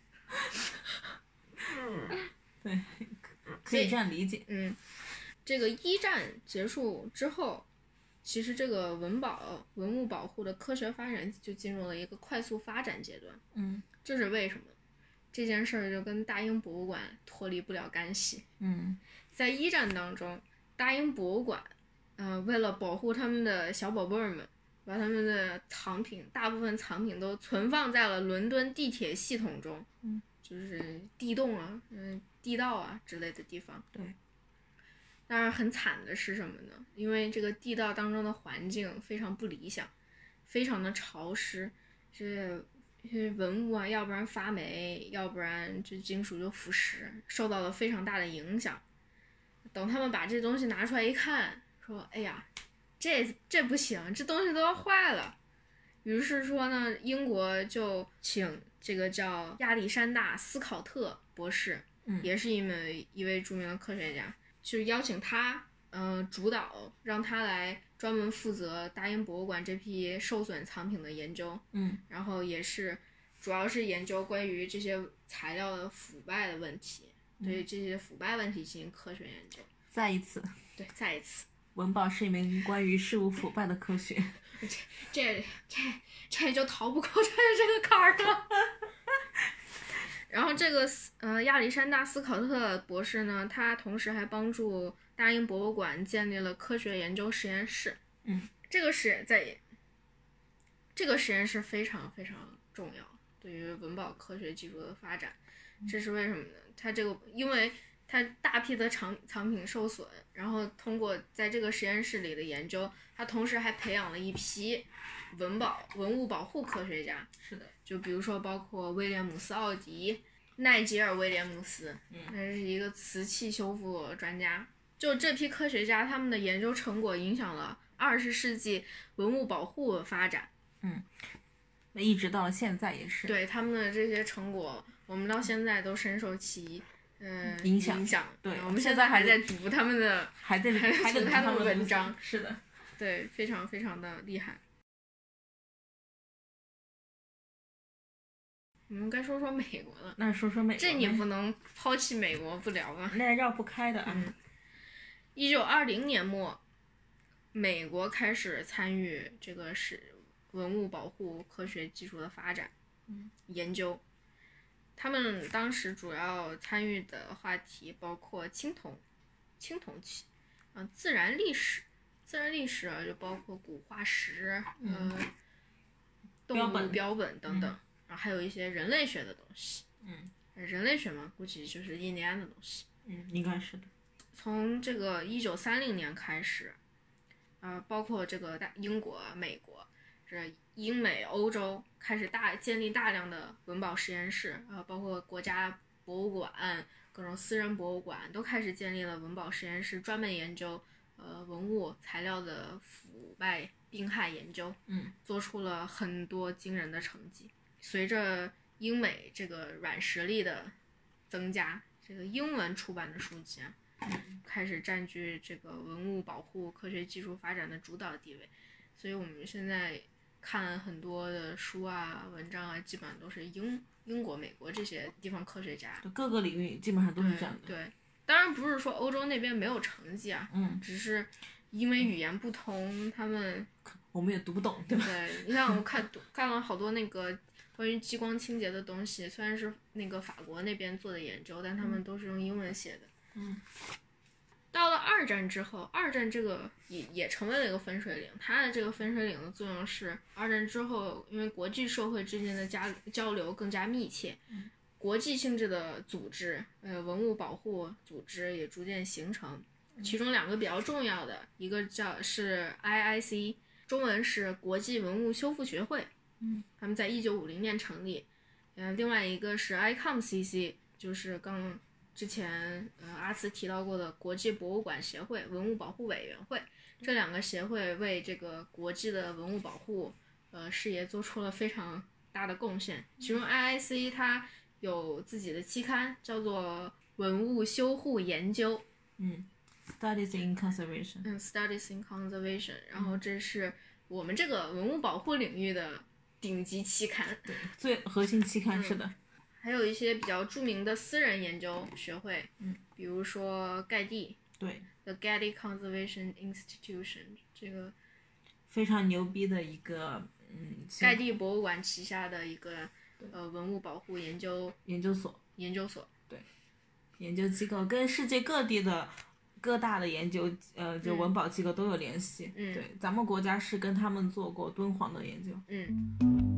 对，可以这样理解。 嗯，这个一战结束之后，其实这个文保文物保护的科学发展就进入了一个快速发展阶段。 嗯， 这是为什么？这件事儿就跟大英博物馆脱离不了干系。 嗯， 在一战当中，大英博物馆，呃，为了保护他们的小宝贝儿们，把他们的藏品，大部分藏品都存放在了伦敦地铁系统中。 嗯， 就是地洞啊，嗯，地道啊之类的地方。 对。 但是很惨的是什么呢？因为这个地道当中的环境非常不理想，非常的潮湿，这这文物啊，要不然发霉，要不然这金属就腐蚀，受到了非常大的影响。等他们把这东西拿出来一看，说：“哎呀，这这不行，这东西都要坏了。”于是说呢，英国就请这个叫亚历山大·斯考特博士， 嗯， 也是一位一位著名的科学家，就邀请他，嗯、呃，主导，让他来专门负责大英博物馆这批受损藏品的研究， 嗯， 然后也是主要是研究关于这些材料的腐败的问题， 嗯、 对这些腐败问题进行科学研究。 再一次， 对，再一次， 文保是一门关于事物腐败的科学。 这这这就逃不过这这个坎儿了。然后这个呃亚历山大·斯考特博士呢，他同时还帮助大英博物馆建立了科学研究实验室。 嗯， 这个实验在这个实验室非常非常重要，对于文保科学技术的发展。这是为什么呢？它这个因为它大批的藏藏品受损，然后通过在这个实验室里的研究，它同时还培养了一批文保文物保护科学家。 是的， 就比如说包括威廉姆斯·奥迪、奈吉尔·威廉姆斯，他是一个瓷器修复专家。就这批科学家，他们的研究成果影响了二十世纪文物保护发展。 嗯，一直到了现在也是。 对他们的这些成果，我们到现在都深受其嗯、呃、 影响。 影响。 对， 我们现在还在读他们的， 还在还在读他们的文章。 是的， 对，非常非常的厉害。我们该说说美国了。 那说说美国， 这你不能抛弃美国不聊啊。 那绕不开的啊。 嗯。一九二零年末，美国开始参与这个是文物保护科学技术的发展、 嗯、 研究。他们当时主要参与的话题包括青铜、青铜器，嗯、呃，自然历史，自然历史就包括古化石， 嗯， 呃、动物标本等等。嗯，然后还有一些人类学的东西， 嗯， 人类学嘛，估计就是印第安的东西， 嗯，应该是的。 从这个一九三零年开始，呃，包括这个大英国、美国，这英美欧洲开始大建立大量的文保实验室，呃，包括国家博物馆、各种私人博物馆都开始建立了文保实验室，专门研究呃文物材料的腐败、病害研究， 嗯， 做出了很多惊人的成绩。随着英美这个软实力的增加，这个英文出版的书籍啊，开始占据这个文物保护科学技术发展的主导地位。所以我们现在看很多的书啊、文章啊，基本上都是英英国、美国这些地方科学家， 各个领域基本上都是这样的。 对，对当然不是说欧洲那边没有成绩啊， 嗯， 只是因为语言不同，他们我们也读不懂，对吧？ 对，你像我看看了好多那个关于激光清洁的东西，虽然是那个法国那边做的研究，但他们都是用英文写的。 嗯。 到了二战之后，二战这个也也成为了一个分水岭。它的这个分水岭的作用是，二战之后，因为国际社会之间的交交流更加密切， 嗯、 国际性质的组织，呃，文物保护组织也逐渐形成。其中两个比较重要的，一个叫是 I I C， 中文是国际文物修复学会， 嗯， 他们在一九五零年成立。嗯，另外一个是 I C O M C C， 就是刚。之前呃阿慈提到过的国际博物馆协会、文物保护委员会，这两个协会为这个国际的文物保护呃事业做出了非常大的贡献。其中 I I C 它有自己的期刊，叫做文物修护研究， 嗯 ，Studies in Conservation， 嗯 ，Studies in Conservation， 然后这是我们这个文物保护领域的顶级期刊， 对，最核心期刊、嗯、是的。 还有一些比较著名的私人研究学会， 嗯， 比如说盖蒂， 对 ，The Getty Conservation Institution， 这个非常牛逼的一个，嗯， 盖蒂博物馆旗下的一个呃文物保护研究研究所， 研究所， 对，研究机构跟世界各地的各大的研究，呃，就文保机构都有联系， 嗯， 对，咱们国家是跟他们做过敦煌的研究， 嗯。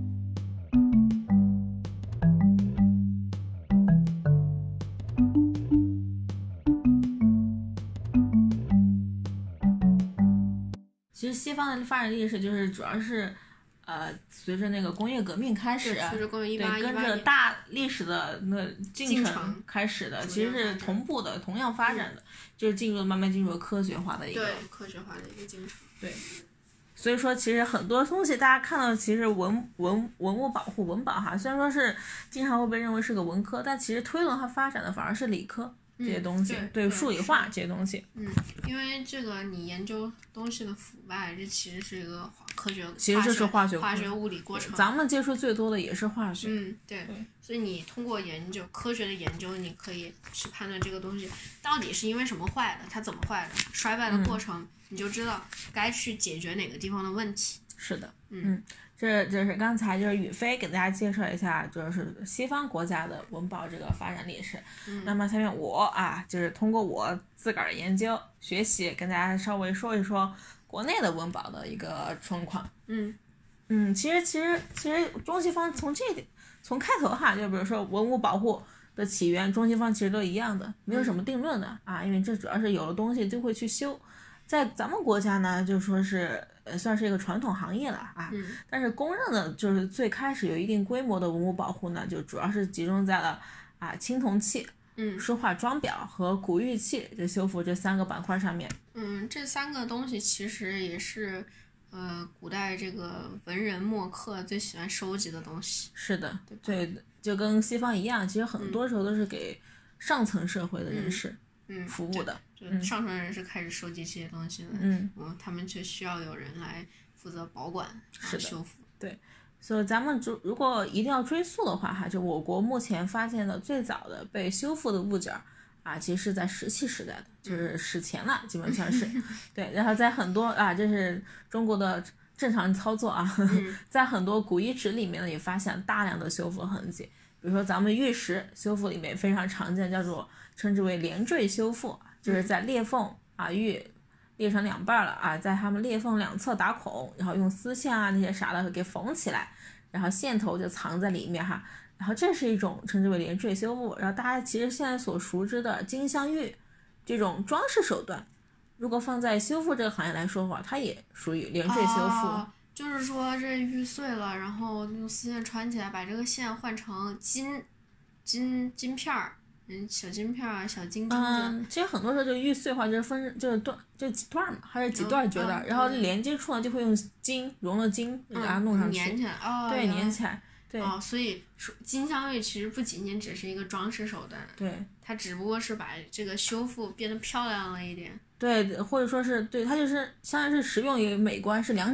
其实西方的发展历史就是主要是，呃，随着那个工业革命开始， 随着工业对，跟着大历史的那进程开始的，其实是同步的，同样发展的， 嗯、 就是进入慢慢进入科学化的一个对科学化的一个进程。 对，所以说其实很多东西大家看到，其实文文文物保护文保哈，虽然说是经常会被认为是个文科，但其实推动它发展的反而是理科。这些东西， 嗯、 对数理化这些东西， 嗯，因为这个你研究东西的腐败，这其实是一个科学， 其实就是化学化学物理过程。 咱们接触最多的也是化学， 嗯，对， 对所以你通过研究科学的研究，你可以去判断这个东西到底是因为什么坏的，它怎么坏的，衰败的过程，嗯、你就知道该去解决哪个地方的问题。 是的， 嗯。 嗯这就是刚才就是宇飞给大家介绍一下，就是西方国家的文保这个发展历史。 嗯、 那么下面我啊，就是通过我自个儿研究学习，跟大家稍微说一说国内的文保的一个状况。 嗯嗯，其实其实其实中西方从这从开头哈，就比如说文物保护的起源，中西方其实都一样的，没有什么定论的、嗯、啊，因为这主要是有的东西就会去修。在咱们国家呢，就说是呃算是一个传统行业了啊， 嗯、 但是公认的就是最开始有一定规模的文物保护呢，就主要是集中在了啊青铜器、 嗯书画装裱和古玉器的修复这三个板块上面。 嗯，这三个东西其实也是呃古代这个文人墨客最喜欢收集的东西。 是的，对，就跟西方一样，其实很多时候都是给上层社会的人士、 嗯嗯， 服务的， 就上层人士开始收集这些东西的， 嗯， 嗯，他们就需要有人来负责保管、 是的修复。 对，所以咱们如如果一定要追溯的话，哈，就我国目前发现的最早的被修复的物件啊，其实是在石器时代的，就是史前了，基本上是，对，然后在很多啊，这是中国的正常操作啊， 嗯、 在很多古遗址里面呢，也发现大量的修复痕迹，比如说咱们玉石修复里面非常常见，叫做称之为连缀修复，就是在裂缝啊玉裂成两半了啊，在它们裂缝两侧打孔，然后用丝线啊那些啥的给缝起来，然后线头就藏在里面哈，然后这是一种称之为连缀修复。然后大家其实现在所熟知的金镶玉这种装饰手段，如果放在修复这个行业来说的话，它也属于连缀修复。 哦，就是说这玉碎了，然后用丝线穿起来，把这个线换成金金金片儿。嗯，小金片啊，小金珠子。 嗯，其实很多时候就玉碎的话，就是分就是段就几段嘛，还是几段觉得，嗯嗯、然后连接处呢就会用金融了金给它弄上去， 粘起来。哦， 对，粘起来。对。 哦，所以金镶玉其实不仅仅只是一个装饰手段， 对， 它只不过是把这个修复变得漂亮了一点。 对，或者说是对它就是相当于是实用与美观是两者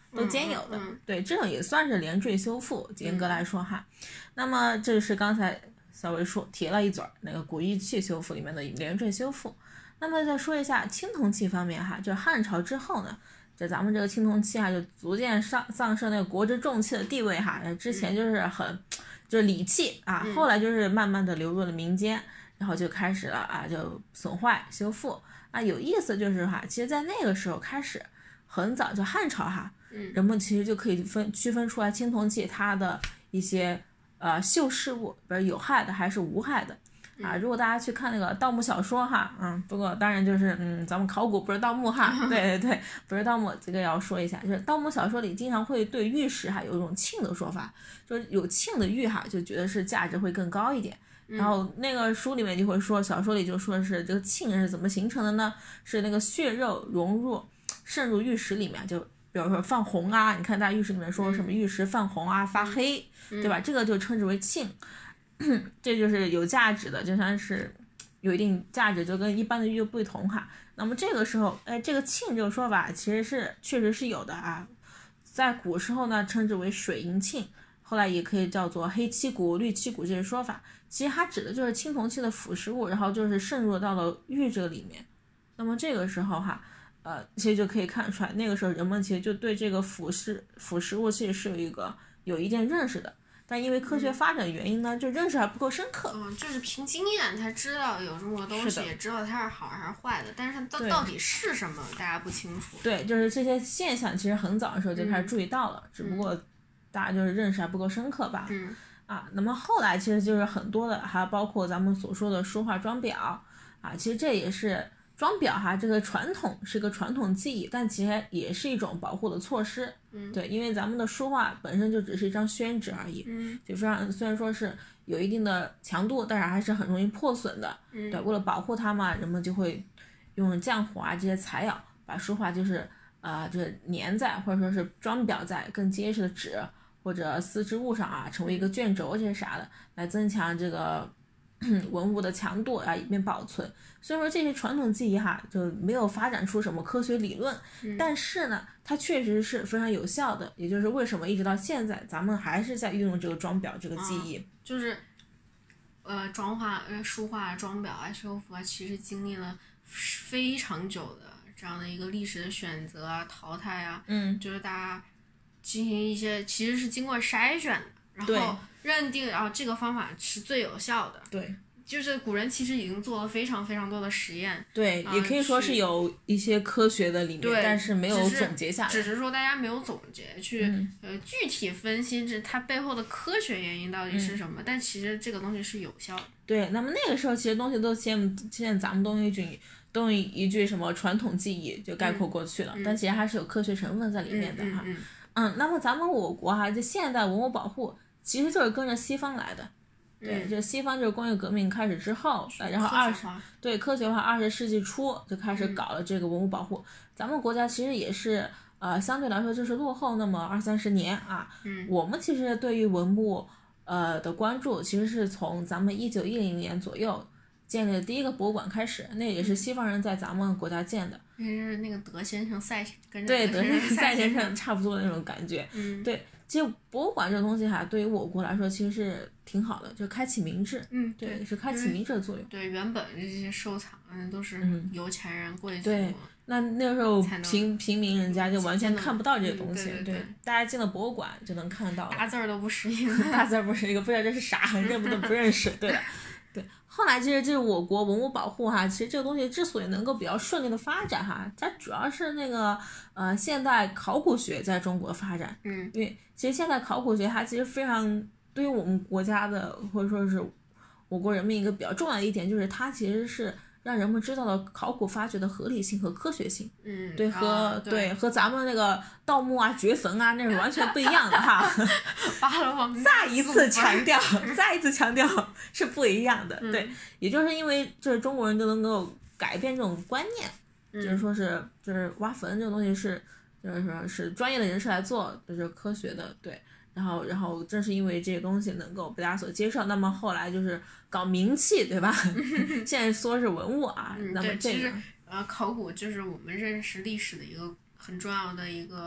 都兼有的。 嗯嗯嗯、 对，这种也算是连缀修复，严格来说哈。嗯、那么这是刚才小维说提了一嘴那个古玉器修复里面的连缀修复。那么再说一下青铜器方面哈，就汉朝之后呢，就咱们这个青铜器哈，就逐渐上丧失那个国之重器的地位哈。之前就是很、嗯、就是礼器啊，后来就是慢慢的流入了民间，然后就开始了啊，就损坏修复啊。有意思就是哈，其实在那个时候开始，很早就汉朝哈，人们其实就可以分区分出来青铜器它的一些呃锈蚀物，比如有害的还是无害的。啊，如果大家去看那个盗墓小说哈，嗯，不过当然就是嗯，咱们考古不是盗墓哈，对对对，不是盗墓，这个要说一下，就是盗墓小说里经常会对玉石哈有一种磬的说法，就是有磬的玉哈就觉得是价值会更高一点。然后那个书里面就会说，小说里就说是这个磬是怎么形成的呢？是那个血肉融入渗入玉石里面，就比如说泛红啊，你看大玉石里面说什么玉石泛红啊、发黑，对吧？这个就称之为磬。这就是有价值的，就算是有一定价值，就跟一般的玉不同哈。那么这个时候，哎，这个磬这个说法其实是确实是有的啊，在古时候呢称之为水银磬，后来也可以叫做黑漆骨、绿漆骨这些说法。其实它指的就是青铜器的腐蚀物，然后就是渗入到了玉这个里面。那么这个时候哈，呃，其实就可以看出来，那个时候人们其实就对这个腐蚀腐蚀物其实是有一个有一定认识的。但因为科学发展原因呢，就认识还不够深刻。 嗯，就是凭经验，他知道有这么个东西，也知道它是好还是坏的，但是它到到底是什么，大家不清楚。 对，就是这些现象，其实很早的时候就开始注意到了，嗯、只不过大家就是认识还不够深刻吧。 嗯。 啊，那么后来其实就是很多的，还包括咱们所说的书画装裱啊，其实这也是装裱哈，这个传统是个传统技艺，但其实也是一种保护的措施。 嗯， 对，因为咱们的书画本身就只是一张宣纸而已， 嗯， 就非常虽然说是有一定的强度，但是还是很容易破损的。 嗯， 对，为了保护它嘛，人们就会用浆糊啊这些材料，把书画就是呃就是粘在或者说是装裱在更结实的纸或者丝织物上啊，成为一个卷轴这些啥的，来增强这个文物的强度啊，以便保存。所以说这些传统技艺哈就没有发展出什么科学理论， 嗯、 但是呢它确实是非常有效的，也就是为什么一直到现在咱们还是在运用这个装裱这个技艺、 嗯、就是呃装画呃书画装裱啊修复啊其实经历了非常久的这样的一个历史的选择啊淘汰啊， 嗯， 就是大家进行一些其实是经过筛选的，然后认定啊这个方法是最有效的。 对， 就是古人其实已经做了非常非常多的实验， 对、呃、也可以说是有一些科学的理念，但是没有总结下来， 只是说大家没有总结去、 嗯、 呃具体分析这它背后的科学原因到底是什么、嗯、但其实这个东西是有效的。 对，那么那个时候其实东西都现现在咱们都用一句都用一句什么传统技艺就概括过去了、 嗯、 但其实还是有科学成分在里面的哈。 嗯, 嗯, 嗯, 嗯那么咱们我国哈这现代文物保护其实就是跟着西方来的。对， 嗯、 就西方就是工业革命开始之后，然后二十对科学化二十世纪初就开始搞了这个文物保护。 嗯、 咱们国家其实也是呃相对来说就是落后那么二三十年啊。 嗯， 我们其实对于文物呃的关注，其实是从咱们一九一零年左右建立的第一个博物馆开始，那也是西方人在咱们国家建的。 是那个德先生赛跟着对德先生赛先生生差不多的那种感觉。 嗯， 对。其实博物馆这个东西哈，对于我国来说其实是挺好的，就开启民智。 嗯， 对， 对是开启民智的作用。 对，原本这些收藏都是有钱人、嗯、贵族。 对，那那时候平平民人家就完全看不到这些东西。 嗯、对, 对, 对，大家进了博物馆就能看到。 大字儿都不识一个， 大字儿不识一个，不知道这是啥，认不都不认识。对的。对，后来其实这是我国文物保护哈，其实这个东西之所以能够比较顺利的发展哈，它主要是那个呃现代考古学在中国发展。 嗯， 因为其实现代考古学它其实非常对于我们国家的或者说是我国人民一个比较重要的一点，就是它其实是让人们知道了考古发掘的合理性和科学性。 嗯， 对，和、 啊、对, 对和咱们那个盗墓啊掘坟啊那是完全不一样的哈。再一次强调再一次强调是不一样的、 嗯、 对，也就是因为就是中国人都能够改变这种观念、 嗯、 就是说是就是挖坟这种东西是就是说是专业的人士来做，就是科学的。对，然后然后正是因为这些东西能够被大家所接受，那么后来就是搞名气，对吧？现在说是文物啊、 嗯、 那么这个其实呃考古就是我们认识历史的一个很重要的一个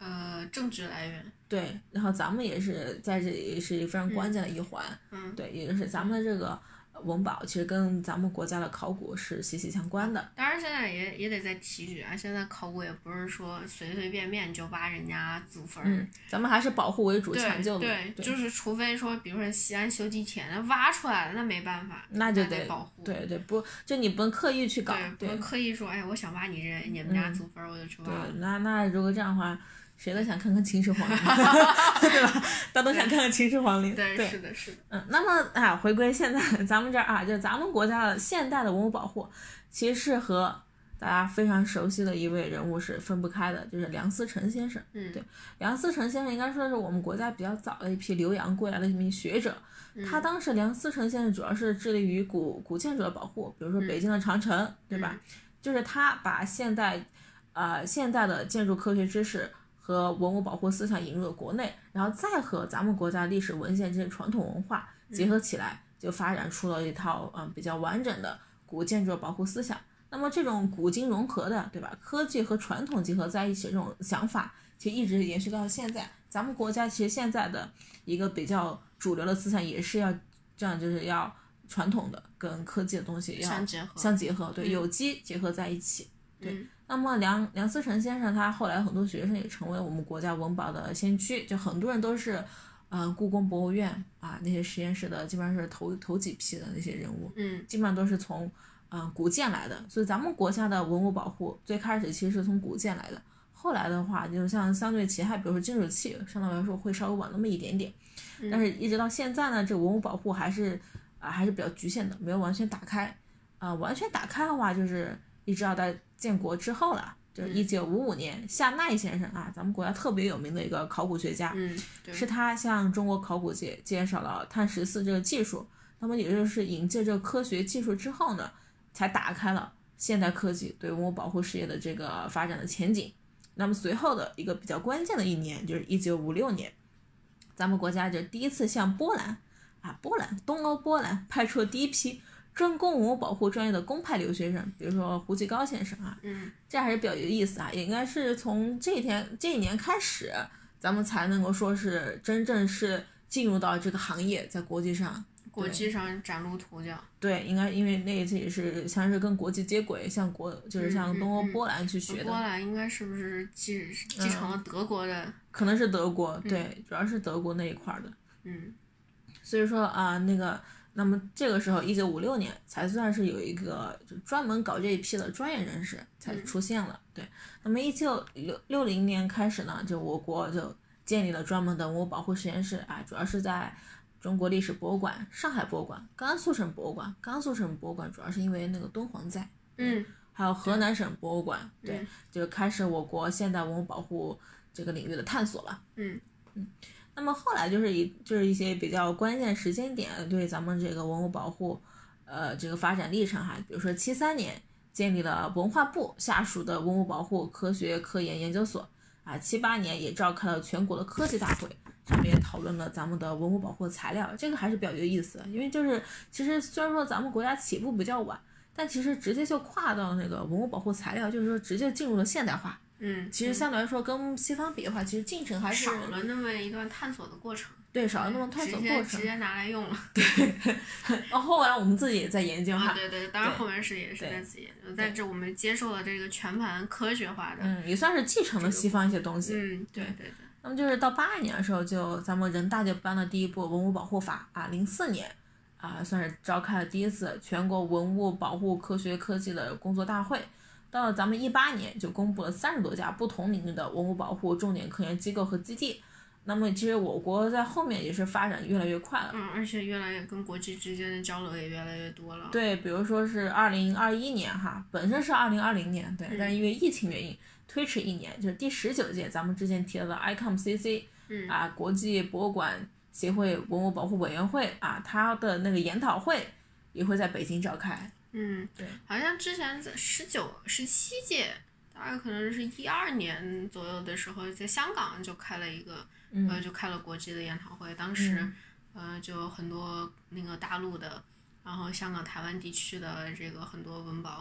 呃证据来源。 对，然后咱们也是在这里是非常关键的一环。 嗯， 对，也就是咱们的这个文保其实跟咱们国家的考古是息息相关的。 当然，现在也也得再提一句啊，现在考古也不是说随随便便就挖人家祖坟。 嗯，咱们还是保护为主，抢救的。 对 对, 对，就是除非说，比如说西安修地铁，那挖出来了，那没办法， 那就得保护。 对对，不就你不能刻意去搞， 对，不能刻意说，哎，我想挖你这你们家祖坟，嗯、我就去挖。 对，那那如果这样的话。谁都想看看秦始皇陵，对吧？大家都想看看秦始皇陵。 对，是的，是的。 嗯，那么啊，回归现在咱们这儿啊，就咱们国家的现代的文物保护，其实是和大家非常熟悉的一位人物是分不开的，就是梁思成先生。 嗯， 对，梁思成先生应该说是我们国家比较早的一批留洋过来的一名学者。 嗯、 他当时梁思成先生主要是致力于古古建筑的保护，比如说北京的长城， 嗯、 对吧？就是他把现代，呃，现代的建筑科学知识和文物保护思想引入了国内，然后再和咱们国家历史文献这些传统文化结合起来，就发展出了一套嗯比较完整的古建筑保护思想。那么这种古今融合的，对吧？科技和传统结合在一起这种想法，其实一直延续到现在。咱们国家其实现在的一个比较主流的思想也是要这样，就是要传统的跟科技的东西要相结合， 相结合，对， 嗯、 有机结合在一起，对。 嗯那么梁梁思成先生他后来很多学生也成为我们国家文保的先驱，就很多人都是，嗯、呃，故宫博物院啊那些实验室的基本上是头头几批的那些人物， 嗯， 基本上都是从嗯、呃、古建来的，所以咱们国家的文物保护最开始其实是从古建来的，后来的话就像相对其他比如说金属器相对来说会稍微晚那么一点点， 嗯、 但是一直到现在呢，这个文物保护还是啊、呃、还是比较局限的，没有完全打开，啊、呃、完全打开的话就是一直要到建国之后了，就是一九五五年，夏奈先生啊，咱们国家特别有名的一个考古学家， 嗯， 是他向中国考古界介绍了碳十四这个技术，那么也就是引进这个科学技术之后呢，才打开了现代科技对文物保护事业的这个发展的前景。那么随后的一个比较关键的一年就是一九五六年，咱们国家就第一次向波兰啊，波兰东欧波兰派出了第一批专攻文物保护专业的公派留学生，比如说胡继高先生啊， 嗯， 这还是比较有意思啊，也应该是从这一天这一年开始，咱们才能够说是真正是进入到这个行业，在国际上国际上崭露头角。 对，应该因为那一次也是像是跟国际接轨，向国就是向东欧波兰去学的。 嗯嗯嗯、波兰应该是不是继继承了德国的？ 嗯、可能是德国，对，嗯、主要是德国那一块的。 嗯， 所以说啊、呃，那个。那么这个时候，一九五六年才算是有一个就专门搞这一批的专业人士才出现了。嗯、对，那么一九六零年开始呢，就我国就建立了专门的文物保护实验室啊，主要是在中国历史博物馆、上海博物馆、甘肃省博物馆。甘肃省博物馆主要是因为那个敦煌在， 嗯， 还有河南省博物馆，对， 嗯、 就开始我国现代文物保护这个领域的探索了。 嗯嗯。那么后来就是一就是一些比较关键时间点对咱们这个文物保护，呃，这个发展历程哈，比如说七三年建立了文化部下属的文物保护科学科研研究所啊，七八年也召开了全国的科技大会，上面也讨论了咱们的文物保护材料，这个还是比较有意思的，因为就是其实虽然说咱们国家起步比较晚，但其实直接就跨到那个文物保护材料，就是说直接进入了现代化。 嗯， 其实相对来说跟西方比的话，其实进程还是少了那么一段探索的过程。 对，少了那么探索过程， 直接拿来用了。 对，然后后来我们自己也在研究哈。 哦、对对，当然后面是也是在自己研究，但是我们接受了这个全盘科学化的， 嗯，也算是继承了西方一些东西。 嗯，对对对。 那么就是到八二年的时候，就咱们人大就颁了第一部文物保护法啊，零四年啊算是召开了第一次全国文物保护科学科技的工作大会。到了咱们一八年，就公布了三十多家不同领域的文物保护重点科研机构和基地。那么其实我国在后面也是发展越来越快了， 嗯，而且越来越跟国际之间的交流也越来越多了。 对，比如说是二零二一年哈，本身是二零二零年，对， 嗯、 但是因为疫情原因推迟一年，就是第十九届咱们之前提到的 I C O M C C， 嗯啊，国际博物馆协会文物保护委员会啊，它的那个研讨会也会在北京召开。 嗯， 对， 好像之前在十九、十七届，大概可能是一二年左右的时候，在香港就开了一个， 嗯、 呃，就开了国际的研讨会。当时， 嗯、 呃，就很多那个大陆的，然后香港、台湾地区的这个很多文保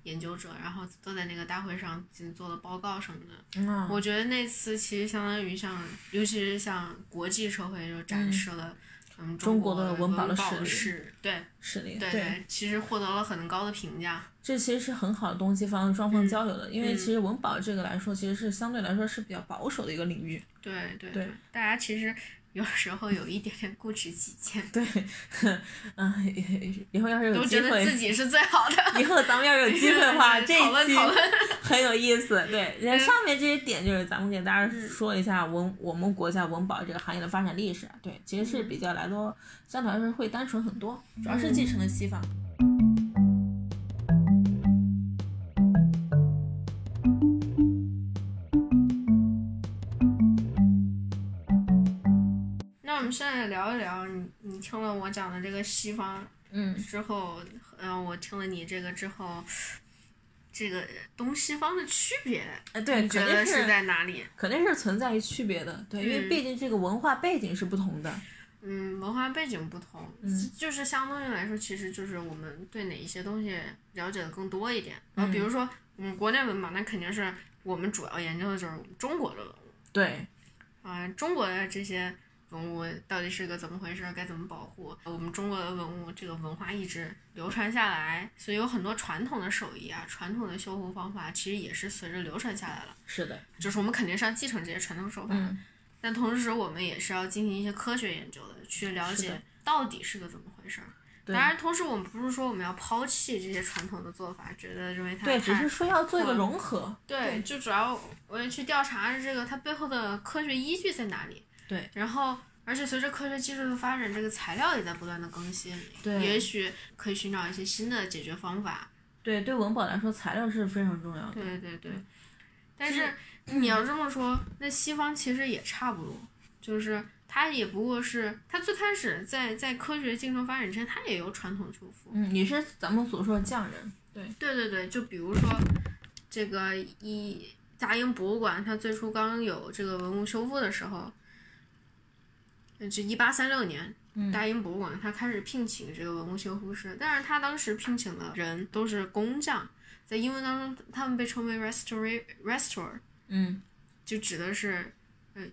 研究者，然后都在那个大会上做了报告什么的。 嗯， 我觉得那次其实相当于像，尤其是像国际社会就展示了。嗯， 中国的文保的实力， 是对实力， 对对，其实获得了很高的评价。 这其实是很好的东西方双方交流的，嗯、因为其实文保这个来说，其实是相对来说是比较保守的一个领域。 对对对， 大家其实有时候有一点点固执己见。 对，嗯，以后要是有机会， 都觉得自己是最好的。 以后咱们要是有机会的话，这一期很有意思。对， 嗯、 上面这些点就是咱们给大家说一下文、嗯、我们国家文保这个行业的发展历史。对，其实是比较来说，相对来说会单纯很多，主要是继承了西方。 那我们现在聊一聊，你你听了我讲的这个西方， 嗯， 之后，嗯，我听了你这个之后，这个东西方的区别， 呃，对， 你觉得是在哪里？ 肯定是存在于区别的，对，因为毕竟这个文化背景是不同的。 嗯，文化背景不同， 嗯， 就是相当于来说，其实就是我们对哪一些东西了解的更多一点。嗯，比如说我们国内文保，那肯定是我们主要研究的就是中国的文物。 对， 啊、呃，中国的这些文物到底是个怎么回事，该怎么保护？我们中国的文物这个文化一直流传下来，所以有很多传统的手艺啊，传统的修复方法，其实也是随着流传下来了。 是的， 就是我们肯定是要继承这些传统手法。 嗯， 但同时我们也是要进行一些科学研究的，去了解到底是个怎么回事。当然，同时我们不是说我们要抛弃这些传统的做法，觉得认为它对，只是说要做一个融合。 对，对就主要我要去调查这个它背后的科学依据在哪里。 对， 然后而且随着科学技术的发展，这个材料也在不断的更新。 对， 也许可以寻找一些新的解决方法。 对，对文保来说，材料是非常重要的。 对对对。但是你要这么说，那西方其实也差不多，就是它也不过是它最开始在在科学进程发展之前，它也有传统修复。 嗯，也是咱们所说的匠人。对对对对，就比如说这个一大英博物馆，它最初刚有这个文物修复的时候，就一八三六年， 嗯、 大英博物馆它开始聘请这个文物修复师，但是他当时聘请的人都是工匠，在英文当中他们被称为 restore restore， 嗯， 就指的是，嗯。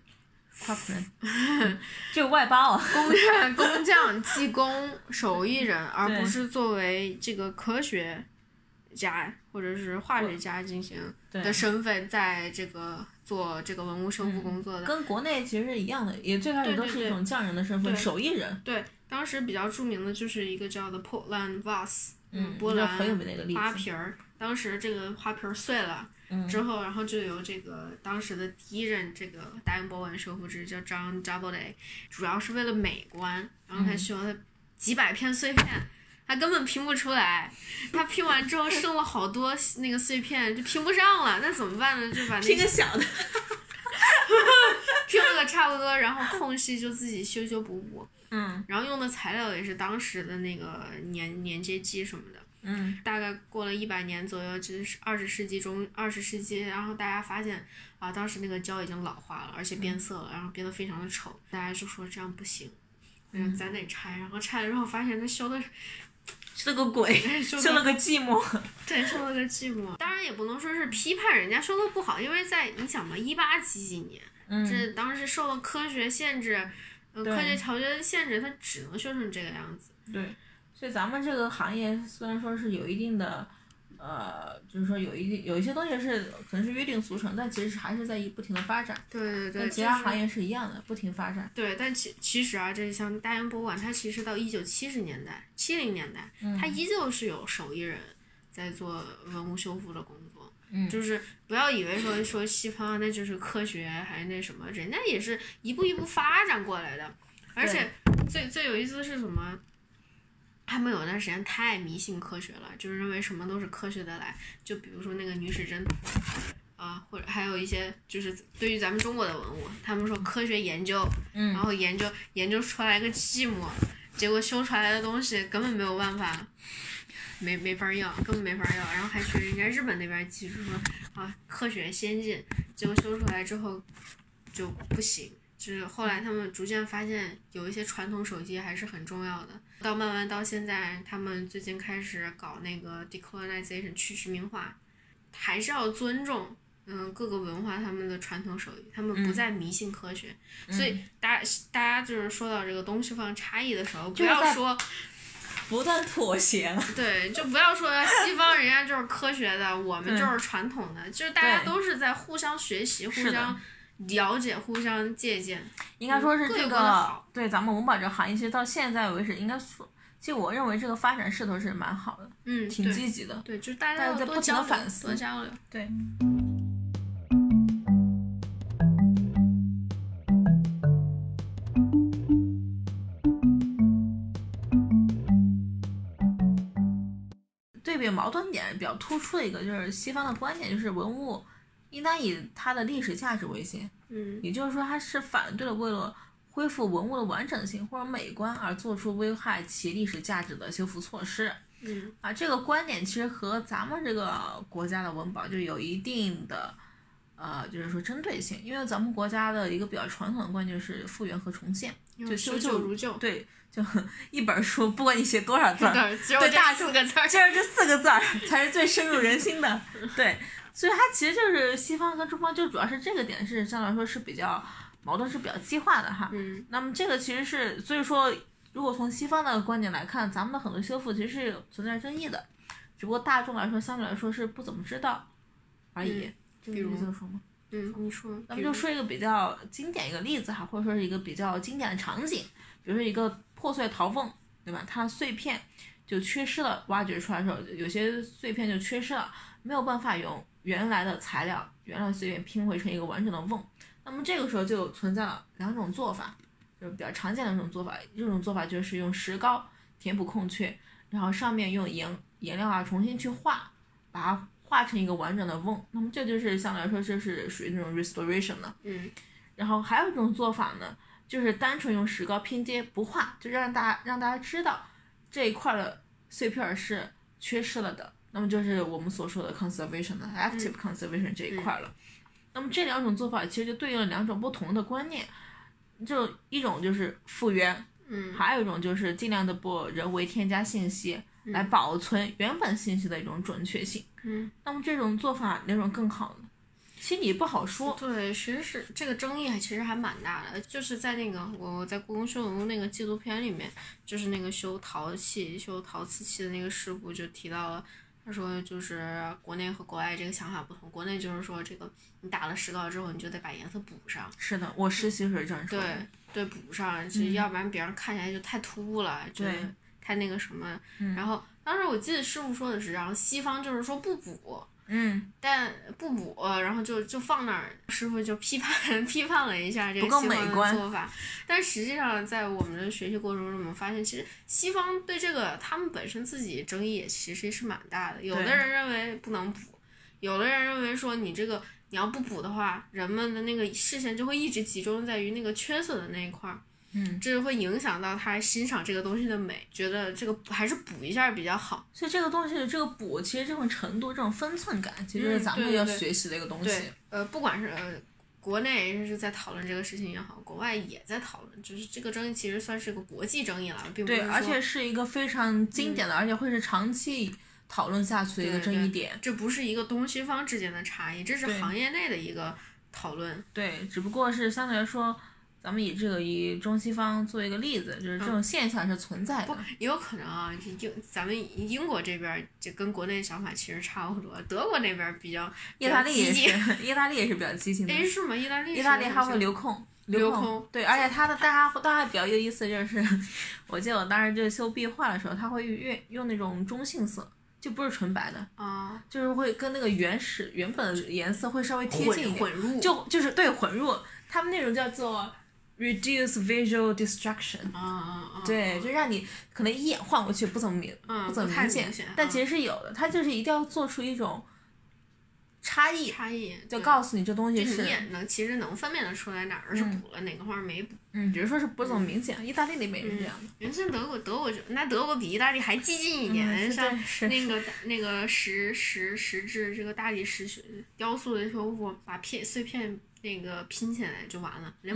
craftsman 就外包啊， 工匠、工匠、技工、手艺人，而不是作为这个科学家或者是化学家进行的身份，在这个做这个文物修复工作的。 嗯、跟国内其实是一样的，也最开始都是一种匠人的身份， 对对对手艺人。 对，当时比较著名的就是一个叫的 Portland vase， 嗯， 波兰很有名的一个例子。 花瓶儿，当时这个花瓶儿碎了。 嗯、 之后，然后就由这个当时的第一任这个大英博物馆修复师叫 John Doubleday， 主要是为了美观，然后他修了几百片碎片，嗯、他根本拼不出来，他拼完之后剩了好多那个碎片就拼不上了，那怎么办呢？就把那拼个小的， 拼了个差不多，然后空隙就自己修修补补， 嗯， 然后用的材料也是当时的那个粘粘接剂什么的。 嗯， 大概过了一百年左右，就是二十世纪中，二十世纪，然后大家发现啊，当时那个胶已经老化了，而且变色了，然后变得非常的丑，大家就说这样不行，嗯，咱得拆，然后拆了之后发现他修的修了个鬼，修了个寂寞， 对，修了个寂寞。当然也不能说是批判人家修的不好，因为在你想嘛，一八几几年， 嗯， 这当时受了科学限制，呃，科学条件的限制，它只能修成这个样子。 对。所以咱们这个行业虽然说是有一定的，呃，就是说有一定有一些东西是可能是约定俗成，但其实还是在不停的发展。 对对对， 跟其他行业是一样的，就是、不停发展。 对，但其其实啊，这像大英博物馆，它其实到一九七十年代、七零年代， 嗯、 它依旧是有手艺人在做文物修复的工作。 嗯， 就是不要以为说说西方那就是科学还是那什么，人家也是一步一步发展过来的。而且最最有意思的是什么？他们有段时间太迷信科学了，就是认为什么都是科学的来，就比如说那个女史箴图啊，或者还有一些就是对于咱们中国的文物，他们说科学研究， 嗯， 然后研究研究出来一个寂寞，结果修出来的东西根本没有办法，没没法要，根本没法要，然后还学人家日本那边技术说啊科学先进，结果修出来之后就不行。 就是后来他们逐渐发现有一些传统手机还是很重要的，到慢慢到现在，他们最近开始搞那个 decolonization 去殖民化，还是要尊重嗯各个文化他们的传统手艺，他们不再迷信科学， 嗯、 所以大家大家就是说到这个东西方差异的时候，不要说不断妥协了， 对，就不要说西方人家就是科学的，我们就是传统的，嗯、就是大家都是在互相学习，互相了解，互相借鉴。 应该说是这个， 对咱们文保这个行业，其实到现在为止，应该说，其实我认为这个发展势头是蛮好的， 嗯， 挺积极的。 对，就是大家在不停的反思， 多交流。 对。对比矛盾点比较突出的一个就是西方的观点，就是文物应当以它的历史价值为先， 嗯， 也就是说它是反对了为了恢复文物的完整性或者美观而做出危害其历史价值的修复措施。 嗯啊，这个观点其实和咱们这个国家的文保就有一定的呃，就是说针对性，因为咱们国家的一个比较传统的观念就是复原和重现，就修旧如旧。 对，就一本书，不管你写多少字儿， 对大四个字儿， 就是这四个字儿才是最深入人心的。对，所以它其实就是西方跟中方，就主要是这个点是相对来说是比较矛盾，是比较激化的哈。 嗯， 那么这个其实是，所以说，如果从西方的观点来看，咱们的很多修复其实是存在争议的，只不过大众来说相对来说是不怎么知道而已。 嗯、比如这么说吗？ 嗯，你说。 咱们就说一个比较经典一个例子哈，或者说是一个比较经典的场景，比如说一个破碎陶瓮，对吧？它碎片就缺失了，挖掘出来的时候，有些碎片就缺失了，没有办法用原来的材料、原来的碎片拼回成一个完整的瓮。那么这个时候就存在了两种做法，就是比较常见的一种做法。一种做法就是用石膏填补空缺，然后上面用颜颜料啊重新去画，把它画成一个完整的瓮。那么这就是相对来说就是属于那种 restoration 的。 嗯。 然后还有一种做法呢，就是单纯用石膏拼接不画，就让大家让大家知道这一块的碎片是缺失了的。那么就是我们所说的 conservation 的 active conservation 这一块了。嗯、那么这两种做法其实就对应了两种不同的观念，就一种就是复原， 嗯， 还有一种就是尽量的不人为添加信息来保存原本信息的一种准确性。 嗯， 那么这种做法哪种更好呢？其实也不好说。 对，其实是这个争议其实还蛮大的，就是在那个我在故宫修文物那个纪录片里面，就是那个修陶器、修陶瓷器的那个师傅就提到了，他说就是国内和国外这个想法不同，国内就是说这个你打了石膏之后，你就得把颜色补上。 是的，我实习时候这样说的。 对对，补上，就要不然别人看起来就太突兀了，就太那个什么。 嗯、 然后当时我记得师傅说的是，然后西方就是说不补。 嗯， 但不补，然后就就放那儿，师傅就批判批判了一下这个西方的做法。但实际上，在我们的学习过程中，我们发现其实西方对这个他们本身自己争议也其实是蛮大的。有的人认为不能补，有的人认为说你这个你要不补的话，人们的那个视线就会一直集中在于那个缺损的那一块儿。 嗯， 这会影响到他欣赏这个东西的美，觉得这个还是补一下比较好。 所以这个东西，这个补，其实这种程度、这种分寸感，其实是咱们要学习的一个东西。 嗯、对, 对, 对，呃，不管是、呃、国内是在讨论这个事情也好，国外也在讨论，就是这个争议其实算是个国际争议了，并不是说。 对，而且是一个非常经典的，嗯、而且会是长期讨论下去的一个争议点。 对对，这不是一个东西方之间的差异，这是行业内的一个讨论。 对，只不过是相对来说。咱们以这个以中西方做一个例子，就是这种现象是存在的。 不，也有可能啊，英咱们英国这边就跟国内想法其实差不多，德国那边比较意大利也是，意大利也是比较激进的。 哎，是吗？意大利意大利还会留空， 留空。对，而且它的大家大家比较有意思，就是我记得我当时就修壁画的时候，他会用用那种中性色。就不是纯白的啊， 就是会跟那个原始原本的颜色会稍微贴近一点， 混入， 就就是对混入，他们那种叫做。reduce visual distraction， 啊啊啊！ 对，就让你可能一眼晃过去不怎么明， 嗯、 不怎么明显， 显但其实是有的。它就是一定要做出一种差异， 差异就告诉你这东西是。 你也能其实能分辨得出来哪儿是补了，嗯、哪个块没补。 嗯，只是说是不怎么明显。嗯、意大利那边也是这样的。 人家德国，德国就那德国比意大利还激进一点， 嗯、 像那个那个石石石质这个大理石雕塑的修复，把片碎片。那个拼起来就完了，连补、嗯、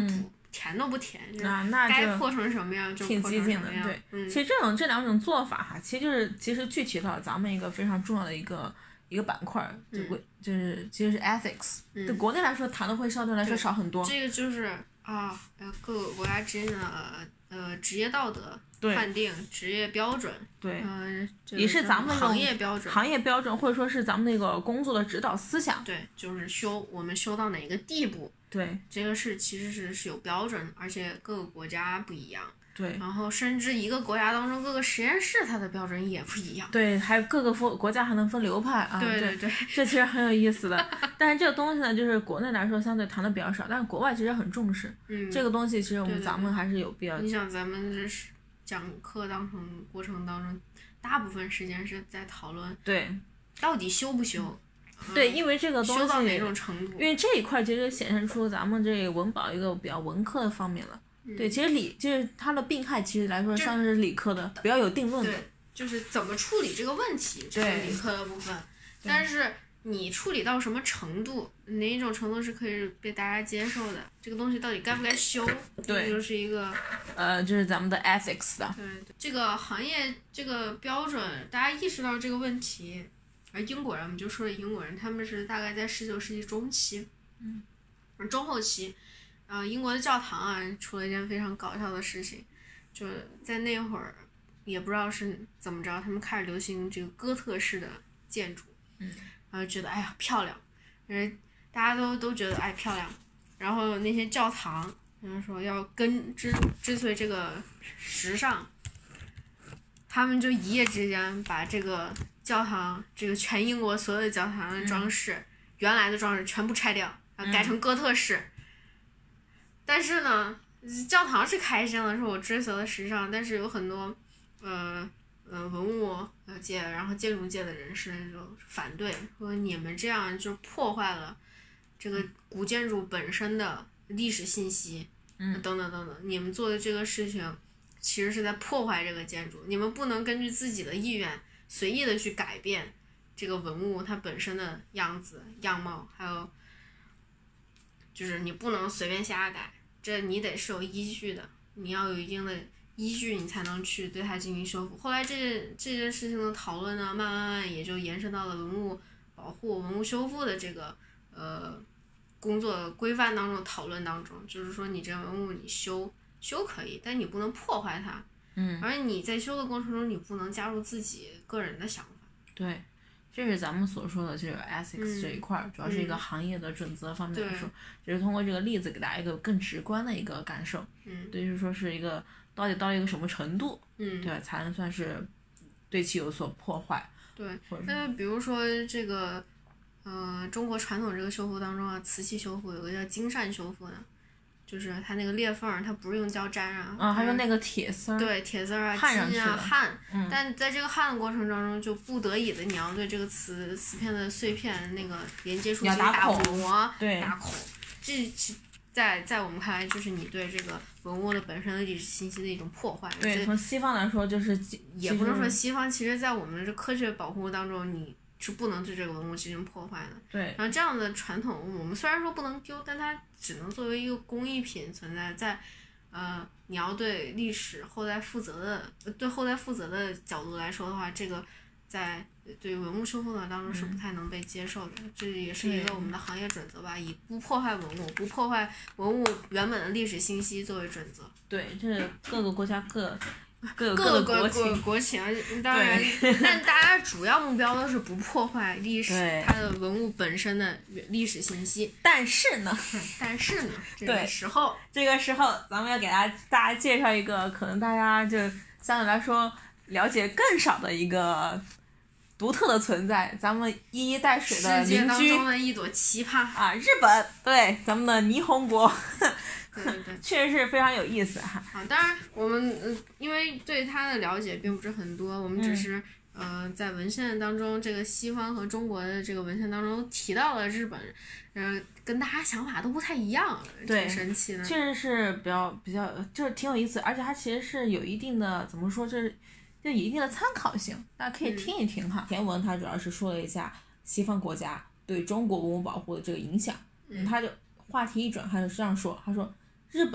填都不填， 那那该破成什么样就挺破激进的。 成什么样。 对， 嗯， 其实这种这两种做法哈，其实就是其实具体到咱们一个非常重要的一个一个板块，就会、嗯、就是其实是 ethics、嗯。对国内来说谈的会相对来说少很多。 这个就是啊，各个国家之间的呃职业道德判定、职业标准， 对， 嗯、呃，这个、 也是咱们行业标准， 行业标准或者说是咱们那个工作的指导思想。 对，就是修我们修到哪个地步。 对， 这个是其实是是有标准，而且各个国家不一样。 对， 然后甚至一个国家当中各个实验室它的标准也不一样。 对，还有各个分国家还能分流派啊。 对对对， 这其实很有意思的。但是这个东西呢，就是国内来说相对谈的比较少，但是国外其实很重视。 嗯， 这个东西其实我们对对对咱们还是有必要。 你想咱们这是讲课当中过程当中，大部分时间是在讨论对到底修不修。嗯对，因为这个东西修到哪种程度？ 因为这一块其实显现出咱们这文保一个比较文科的方面了。嗯、对，其实理就是它的病害，其实来说像是理科的，比较有定论的。 对，就是怎么处理这个问题，这是理科的部分。但是你处理到什么程度，哪一种程度是可以被大家接受的？这个东西到底该不该修？ 对， 这就是一个呃，就是咱们的 ethics 的。 对，这个行业这个标准，大家意识到这个问题。而英国人，我们就说英国人，他们是大概在十九世纪中期， 嗯， 中后期，呃，英国的教堂啊，出了一件非常搞笑的事情，就在那会儿，也不知道是怎么着，他们开始流行这个哥特式的建筑， 嗯， 然后觉得哎呀漂亮，人大家都都觉得哎漂亮，然后那些教堂，他们说要跟追追随这个时尚，他们就一夜之间把这个。教堂这个全英国所有的教堂的装饰，嗯、原来的装饰全部拆掉，然后改成哥特式。嗯、但是呢，教堂是开心了，说我追随了时尚，但是有很多呃呃文物界，然后建筑界的人士就反对，说你们这样就破坏了这个古建筑本身的历史信息， 嗯， 等等等等，你们做的这个事情其实是在破坏这个建筑，你们不能根据自己的意愿。随意的去改变这个文物它本身的样子样貌，还有就是你不能随便瞎改，这你得是有依据的，你要有一定的依据你才能去对它进行修复。后来这这件事情的讨论呢，慢慢慢慢也就延伸到了文物保护、文物修复的这个呃工作规范当中讨论当中，就是说你这文物你修修可以，但你不能破坏它。 嗯， 而你在修的过程中，你不能加入自己个人的想法。 对，这是咱们所说的这个 ethics 这一块， 嗯、 主要是一个行业的准则方面来说， 嗯、 就是通过这个例子给大家一个更直观的一个感受。 嗯， 对，就是说是一个到底到一个什么程度， 嗯， 对吧，才能算是对其有所破坏。 对，那比如说这个，呃，中国传统这个修复当中啊，瓷器修复有个叫金缮修复的。就是它那个裂缝，它不是用胶粘啊， 啊，还有那个铁丝儿， 对，铁丝儿啊、金啊、焊，嗯、但在这个焊的过程当中，就不得已的你要对这个瓷瓷片的碎片那个连接处进行打磨、 对， 打孔，这在在我们看来，就是你对这个文物的本身的历史信息的一种破坏。 对，从西方来说，就是也不能说西方，其实在我们这科学保护当中，你。是不能对这个文物进行破坏的。 对。 然后这样的传统，我们虽然说不能丢，但它只能作为一个工艺品存在在，呃，你要对历史后代负责的，对后代负责的角度来说的话，这个在对文物修复的当中是不太能被接受的。嗯、这也是一个我们的行业准则吧，以不破坏文物、不破坏文物原本的历史信息作为准则。 对，这是各个国家各。各有各个国情，国情当然，但大家主要目标都是不破坏历史它的文物本身的历史信息。 但是呢， 但是呢，这个时候， 这个时候咱们要给大家大家介绍一个可能大家就相对来说了解更少的一个独特的存在，咱们一衣带水的邻居， 世界当中的一朵奇葩啊，日本，对，咱们的霓虹国。 对对对， 确实是非常有意思哈。 啊，当然我们呃，因为对它的了解并不是很多，我们只是、嗯、呃在文献当中，这个西方和中国的这个文献当中提到了日本，呃，跟大家想法都不太一样，挺神奇的。 确实是比较比较，就是挺有意思，而且它其实是有一定的怎么说，就是就有一定的参考性，大家可以听一听哈。田、嗯、文它主要是说了一下西方国家对中国文物保护的这个影响， 嗯， 他就话题一转，他就这样说，他说。日本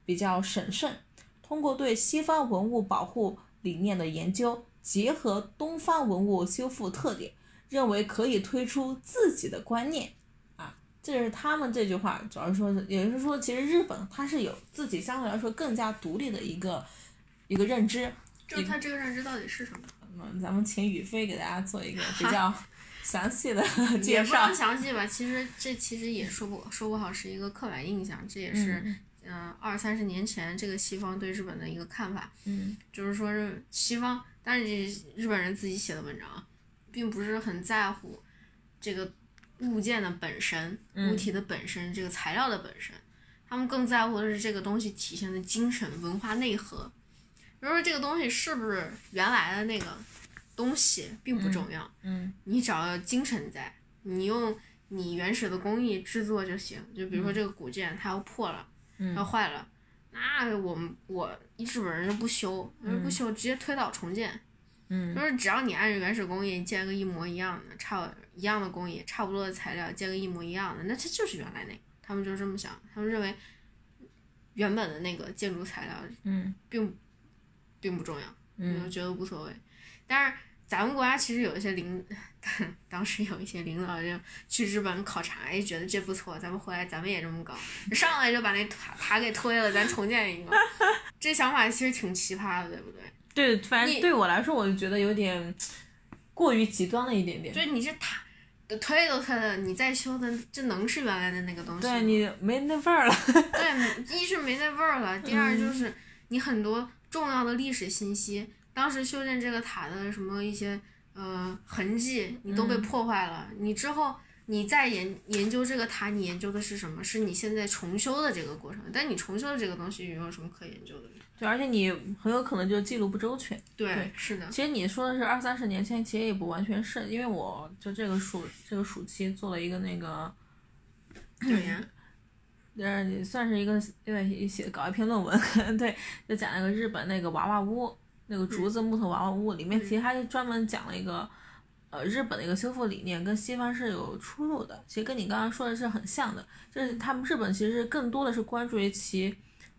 比较审慎，通过对西方文物保护理念的研究，结合东方文物修复特点，认为可以推出自己的观念啊。这是他们这句话主要说是，也就是说其实日本它是有自己相对来说更加独立的一个一个认知。 就是它这个认知到底是什么？ 嗯，咱们请宇飞给大家做一个比较详细的介也不绍。 能详细吧，其实这其实也说不说不好是一个刻板印象，这也是嗯嗯二三十年前这个西方对日本的一个看法。 嗯就是说是西方，但是日本人自己写的文章，并不是很在乎这个物件的本身、 嗯物体的本身、这个材料的本身，他们更在乎的是这个东西体现的精神文化内核。比如说这个东西是不是原来的那个东西并不重要， 嗯你只要精神在，你用你原始的工艺制作就行。就比如说这个古件它要破了， 嗯要坏了，那我们我日本人就不修，不修直接推倒重建。 嗯就是只要你按照原始工艺建个一模一样的，差一样的工艺，差不多的材料建个一模一样的，那它就是原来那个。他们就是这么想，他们认为原本的那个建筑材料嗯并并不重要， 嗯我觉得无所谓。但是咱们国家其实有一些领，当时有一些领导就去日本考察，哎，觉得这不错，咱们回来咱们也这么搞，上来就把那塔塔给推了，咱重建一个。这想法其实挺奇葩的，对不对？ 对，反正对我来说，我就觉得有点过于极端了一点点。 对，你这塔推都推了，你再修的，这能是原来的那个东西吗？ 对你没那味儿了。 对，一是没那味儿了，第二就是你很多重要的历史信息，当时修建这个塔的什么一些呃痕迹，你都被破坏了。你之后你再研研究这个塔，你研究的是什么？是你现在重修的这个过程。但你重修的这个东西有有什么可研究的？ 对，而且你很有可能就记录不周全。 对， 对是的。 其实你说的是二三十年前，其实也不完全是，因为我就这个暑这个暑期做了一个那个调研。 呃，也算是一个有点写搞一篇论文，对，就讲那个日本那个娃娃屋，那个竹子木头娃娃屋里面，其实它就专门讲了一个，呃，日本的一个修复理念跟西方是有出入的，其实跟你刚刚说的是很像的，就是他们日本其实更多的是关注于其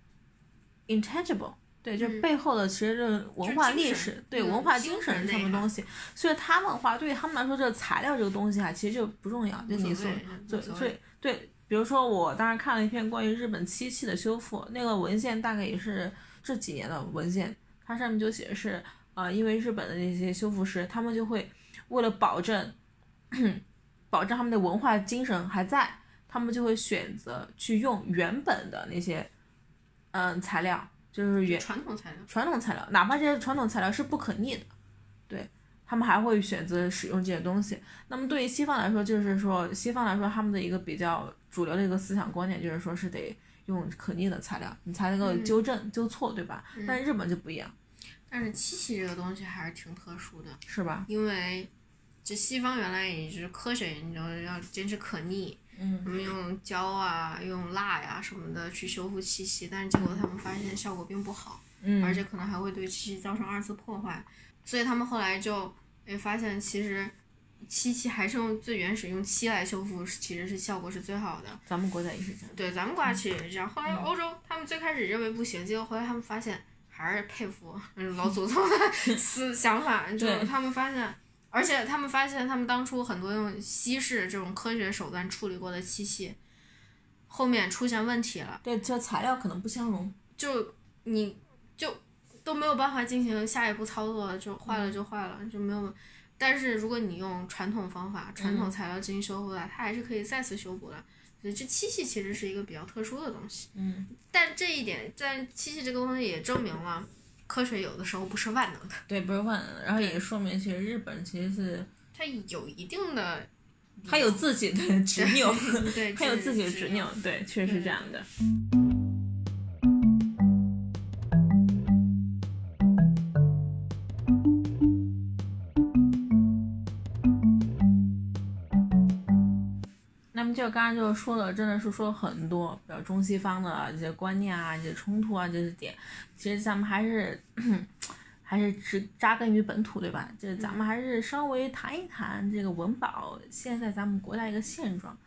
intangible。对，就是背后的其实是文化历史， 嗯、 对、 嗯、 文化精神什么东西，所以他们的话，对于他们来说，这个材料这个东西啊，其实就不重要，就你所，对，所以对。比如说，我当时看了一篇关于日本漆器的修复，那个文献大概也是这几年的文献，它上面就写的是，呃，因为日本的那些修复师，他们就会为了保证，保证他们的文化精神还在，他们就会选择去用原本的那些，嗯，材料，就是原传统材料， 传统材料，哪怕这些传统材料是不可逆的，对。他们还会选择使用这些东西。那么对于西方来说，就是说西方来说，他们的一个比较主流的一个思想观念，就是说是得用可逆的材料，你才能够纠正、嗯、纠错，对吧？ 嗯、 但是日本就不一样。 但是漆器这个东西还是挺特殊的， 是吧？ 因为这西方原来也是科学研究，要坚持可逆， 嗯， 他们用胶啊、用蜡呀、什么的去修复漆器，但是结果他们发现效果并不好， 嗯， 而且可能还会对漆器造成二次破坏。所以他们后来就也发现，其实漆器还是用最原始用漆来修复，其实是效果是最好的。 咱们国家也是这样。 对，咱们国家其实也是这样。后来欧洲他们最开始认为不行，结果后来他们发现还是佩服老祖宗的思想法，就是他们发现，而且他们发现他们当初很多用西式这种科学手段处理过的漆器，后面出现问题了。 对，这材料可能不相容， 就你就。都没有办法进行下一步操作，就坏了就坏了，就没有。但是如果你用传统方法、传统材料进行修复的，它还是可以再次修补的。所以这漆器其实是一个比较特殊的东西。 嗯。 但这一点，在漆器这个东西也证明了，科学有的时候不是万能的。 对，不是万能的。然后也说明，其实日本其实是它有一定的， 它有自己的执拗， 对， 它有自己的执拗，对，确实是这样的。就刚刚就说了，真的是说了很多，比如中西方的这些观念啊、这些冲突啊这些点，其实咱们还是还是只扎根于本土，对吧？这咱们还是稍微谈一谈这个文保现在咱们国家一个现状。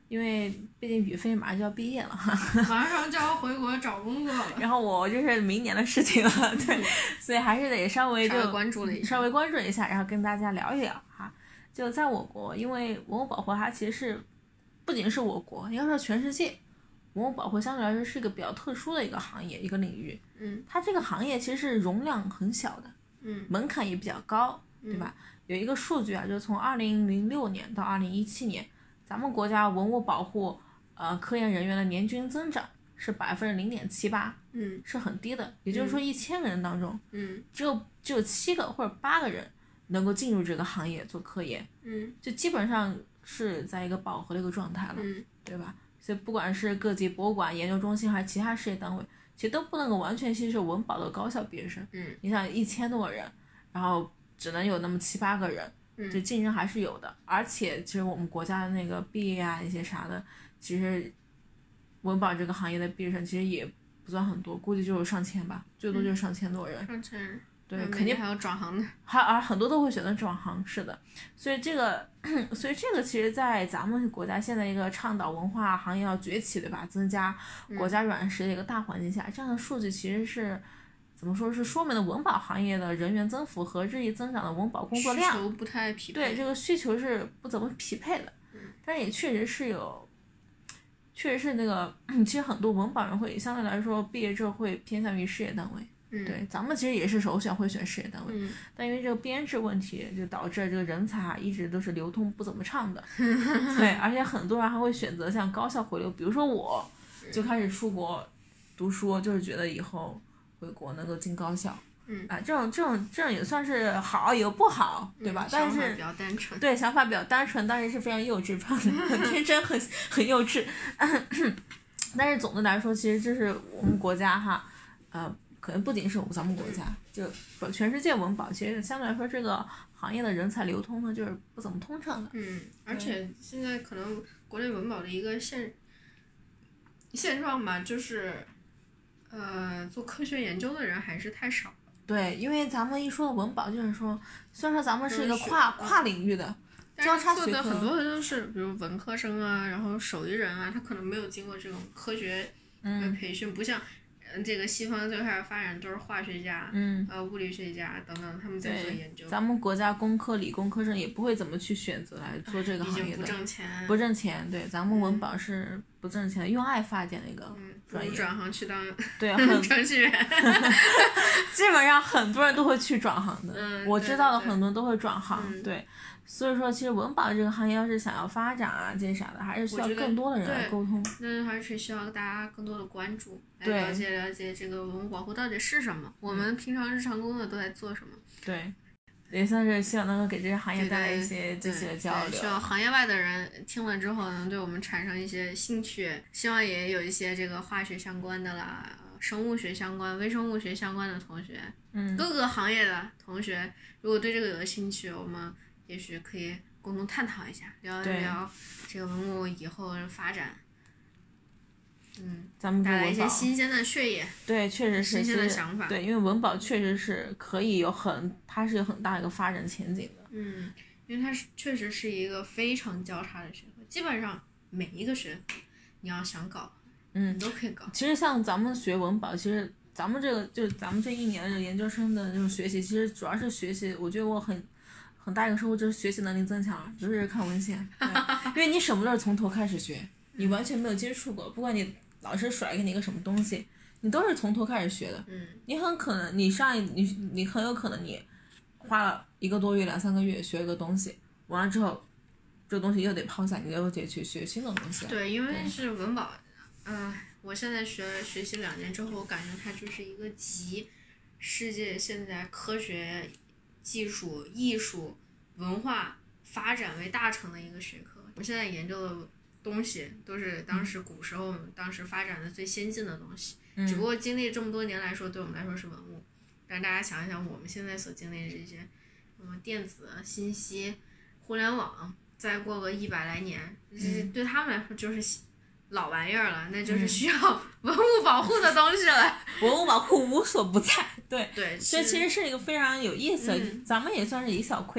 因为毕竟宇飞马上就要毕业了哈， 马上就要回国找工作了。 然后我就是明年的事情了，对，嗯、所以还是得稍微就稍微关注了一下， 稍微关注一下，然后跟大家聊一聊哈。就在我国，因为文物保护它其实是不仅是我国，应该说全世界，文物保护相对来说是一个比较特殊的一个行业一个领域。 嗯， 它这个行业其实是容量很小的， 嗯， 门槛也比较高，对吧？嗯、有一个数据啊，就是从二零零六年到二零一七年，咱们国家文物保护呃科研人员的年均增长是百分之零点七八， 嗯， 是很低的。也就是说，一千个人当中， 嗯， 只有只有七个或者八个人能够进入这个行业做科研， 嗯， 就基本上是在一个饱和的一个状态了， 嗯， 对吧？所以不管是各级博物馆、研究中心还是其他事业单位，其实都不能够完全吸收文保的高校毕业生。 嗯， 你想一千多个人，然后只能有那么七八个人， 嗯， 这竞争还是有的。而且其实我们国家的那个毕业啊一些啥的，其实文保这个行业的毕业生其实也不算很多，估计就是上千吧，最多就是上千多人。 嗯、上千人。 对，肯定还有转行的， 还而很多都会选择转行，是的，所以这个，所以这个其实，在咱们国家现在一个倡导文化行业要崛起，对吧？增加国家软实力的一个大环境下，嗯、这样的数据其实是怎么说是说明了文保行业的人员增幅和日益增长的文保工作量需求不太匹配， 对这个需求是不怎么匹配的， 嗯、 但是也确实是有，确实是那个，其实很多文保人会相对来说毕业之后会偏向于事业单位。 嗯、 对，咱们其实也是首选会选事业单位， 嗯、 但因为这个编制问题，就导致这个人才啊一直都是流通不怎么畅的。对，而且很多人还会选择向高校回流，比如说我，就开始出国读书，就是觉得以后回国能够进高校。 嗯， 啊，这种这种这种也算是好，也不好，对吧？ 嗯、 但是想法比较单纯。 对，想法比较单纯，但是是非常幼稚，很天真，很很幼稚。但是总的来说，其实这是我们国家哈，呃。可能不仅是我们咱们国家，就全世界文保，其实相对来说这个行业的人才流通呢，就是不怎么通畅的。 嗯，而且现在可能国内文保的一个现现状吧，就是呃，做科学研究的人还是太少了。 对，因为咱们一说文保，就是说，虽然说咱们是一个跨跨领域的交叉学科， 但是做的很多都是比如文科生啊，然后手艺人啊，他可能没有经过这种科学呃培训，嗯、不像。这个西方最开始发展都是化学家， 嗯， 呃，物理学家等等，他们在做研究。 咱们国家工科、理工科生也不会怎么去选择来做这个行业的， 不挣钱， 不挣钱。对，咱们文保是不挣钱的，用爱发电的一个专业。 嗯、转行去当对程序员， 基本上很多人都会去转行的。 嗯， 我知道的很多人都会转行， 嗯、 对。所以说，其实文保这个行业要是想要发展啊，这些啥的，还是需要更多的人来沟通。 那还是需要大家更多的关注，来了解了解这个文物保护到底是什么，我们平常日常工作都在做什么。 对，也算是希望能够给这个行业带来一些积极的交流。 希望行业外的人听了之后能对我们产生一些兴趣，希望也有一些这个化学相关的啦、生物学相关、微生物学相关的同学， 嗯， 各个行业的同学，如果对这个有兴趣，我们也许可以共同探讨一下，聊一聊这个文物以后的发展。嗯， 咱们带来一些新鲜的血液。 对，确实是新鲜的想法。 对，因为文保确实是可以有很，它是有很大一个发展前景的。 嗯，因为它是确实是一个非常交叉的学科，基本上每一个学科你要想搞， 嗯， 你都可以搞。 其实像咱们学文保，其实咱们这个就是咱们这一年的研究生的这种学习，其实主要是学习，我觉得我很。很大一个收获就是学习能力增强，就是看文献，因为你什么都是从头开始学，你完全没有接触过，不管你老师甩给你一个什么东西，你都是从头开始学的。 嗯， 你很可能你上一你你很有可能你花了一个多月两三个月学一个东西，完了之后，这个东西又得抛下，你又得去学新的东西。 对，因为是文保，嗯、呃，我现在学学习两年之后，我感觉它就是一个集世界现在科学。技术、艺术、文化发展为大成的一个学科。我们现在研究的东西都是当时古时候、嗯、当时发展的最先进的东西， 嗯、 只不过经历这么多年来说，对我们来说是文物。但大家想一想，我们现在所经历的这些，什么电子信息、互联网，再过个一百来年， 嗯、 对他们来说就是老玩意儿了，那就是需要文物保护的东西了。 文物保护无所不在，对对， 这其实是一个非常有意思的， 嗯、 咱们也算是以小窥大。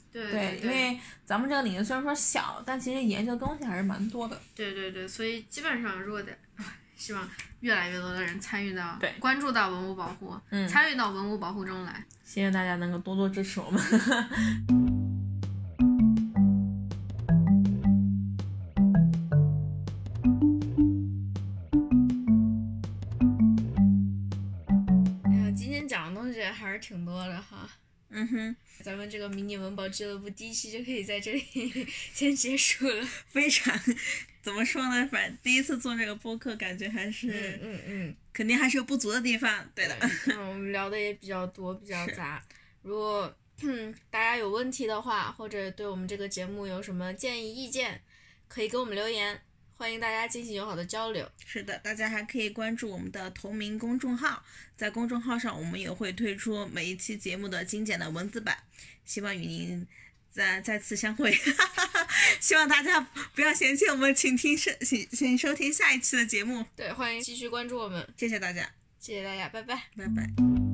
对对，因为咱们这个领域虽然说小，但其实研究的东西还是蛮多的。 对对对，所以基本上如果得，希望越来越多的人参与到， 对， 关注到文物保护， 嗯， 参与到文物保护中来。 希望大家能够多多支持我们。 还是挺多的哈。 嗯哼， 咱们这个迷你文保俱乐部第一期就可以在这里先结束了。 非常，怎么说呢？反正第一次做这个播客，感觉还是， 嗯嗯嗯， 肯定还是有不足的地方。对的， 嗯，我们聊的也比较多，比较杂。如果嗯大家有问题的话，或者对我们这个节目有什么建议意见，可以给我们留言。欢迎大家进行友好的交流。 是的，大家还可以关注我们的同名公众号，在公众号上我们也会推出每一期节目的精简的文字版，希望与您再再次相会。希望大家不要嫌弃我们，请听收请请收听下一期的节目。 对，欢迎继续关注我们， 谢谢大家， 谢谢大家，拜拜， 拜拜。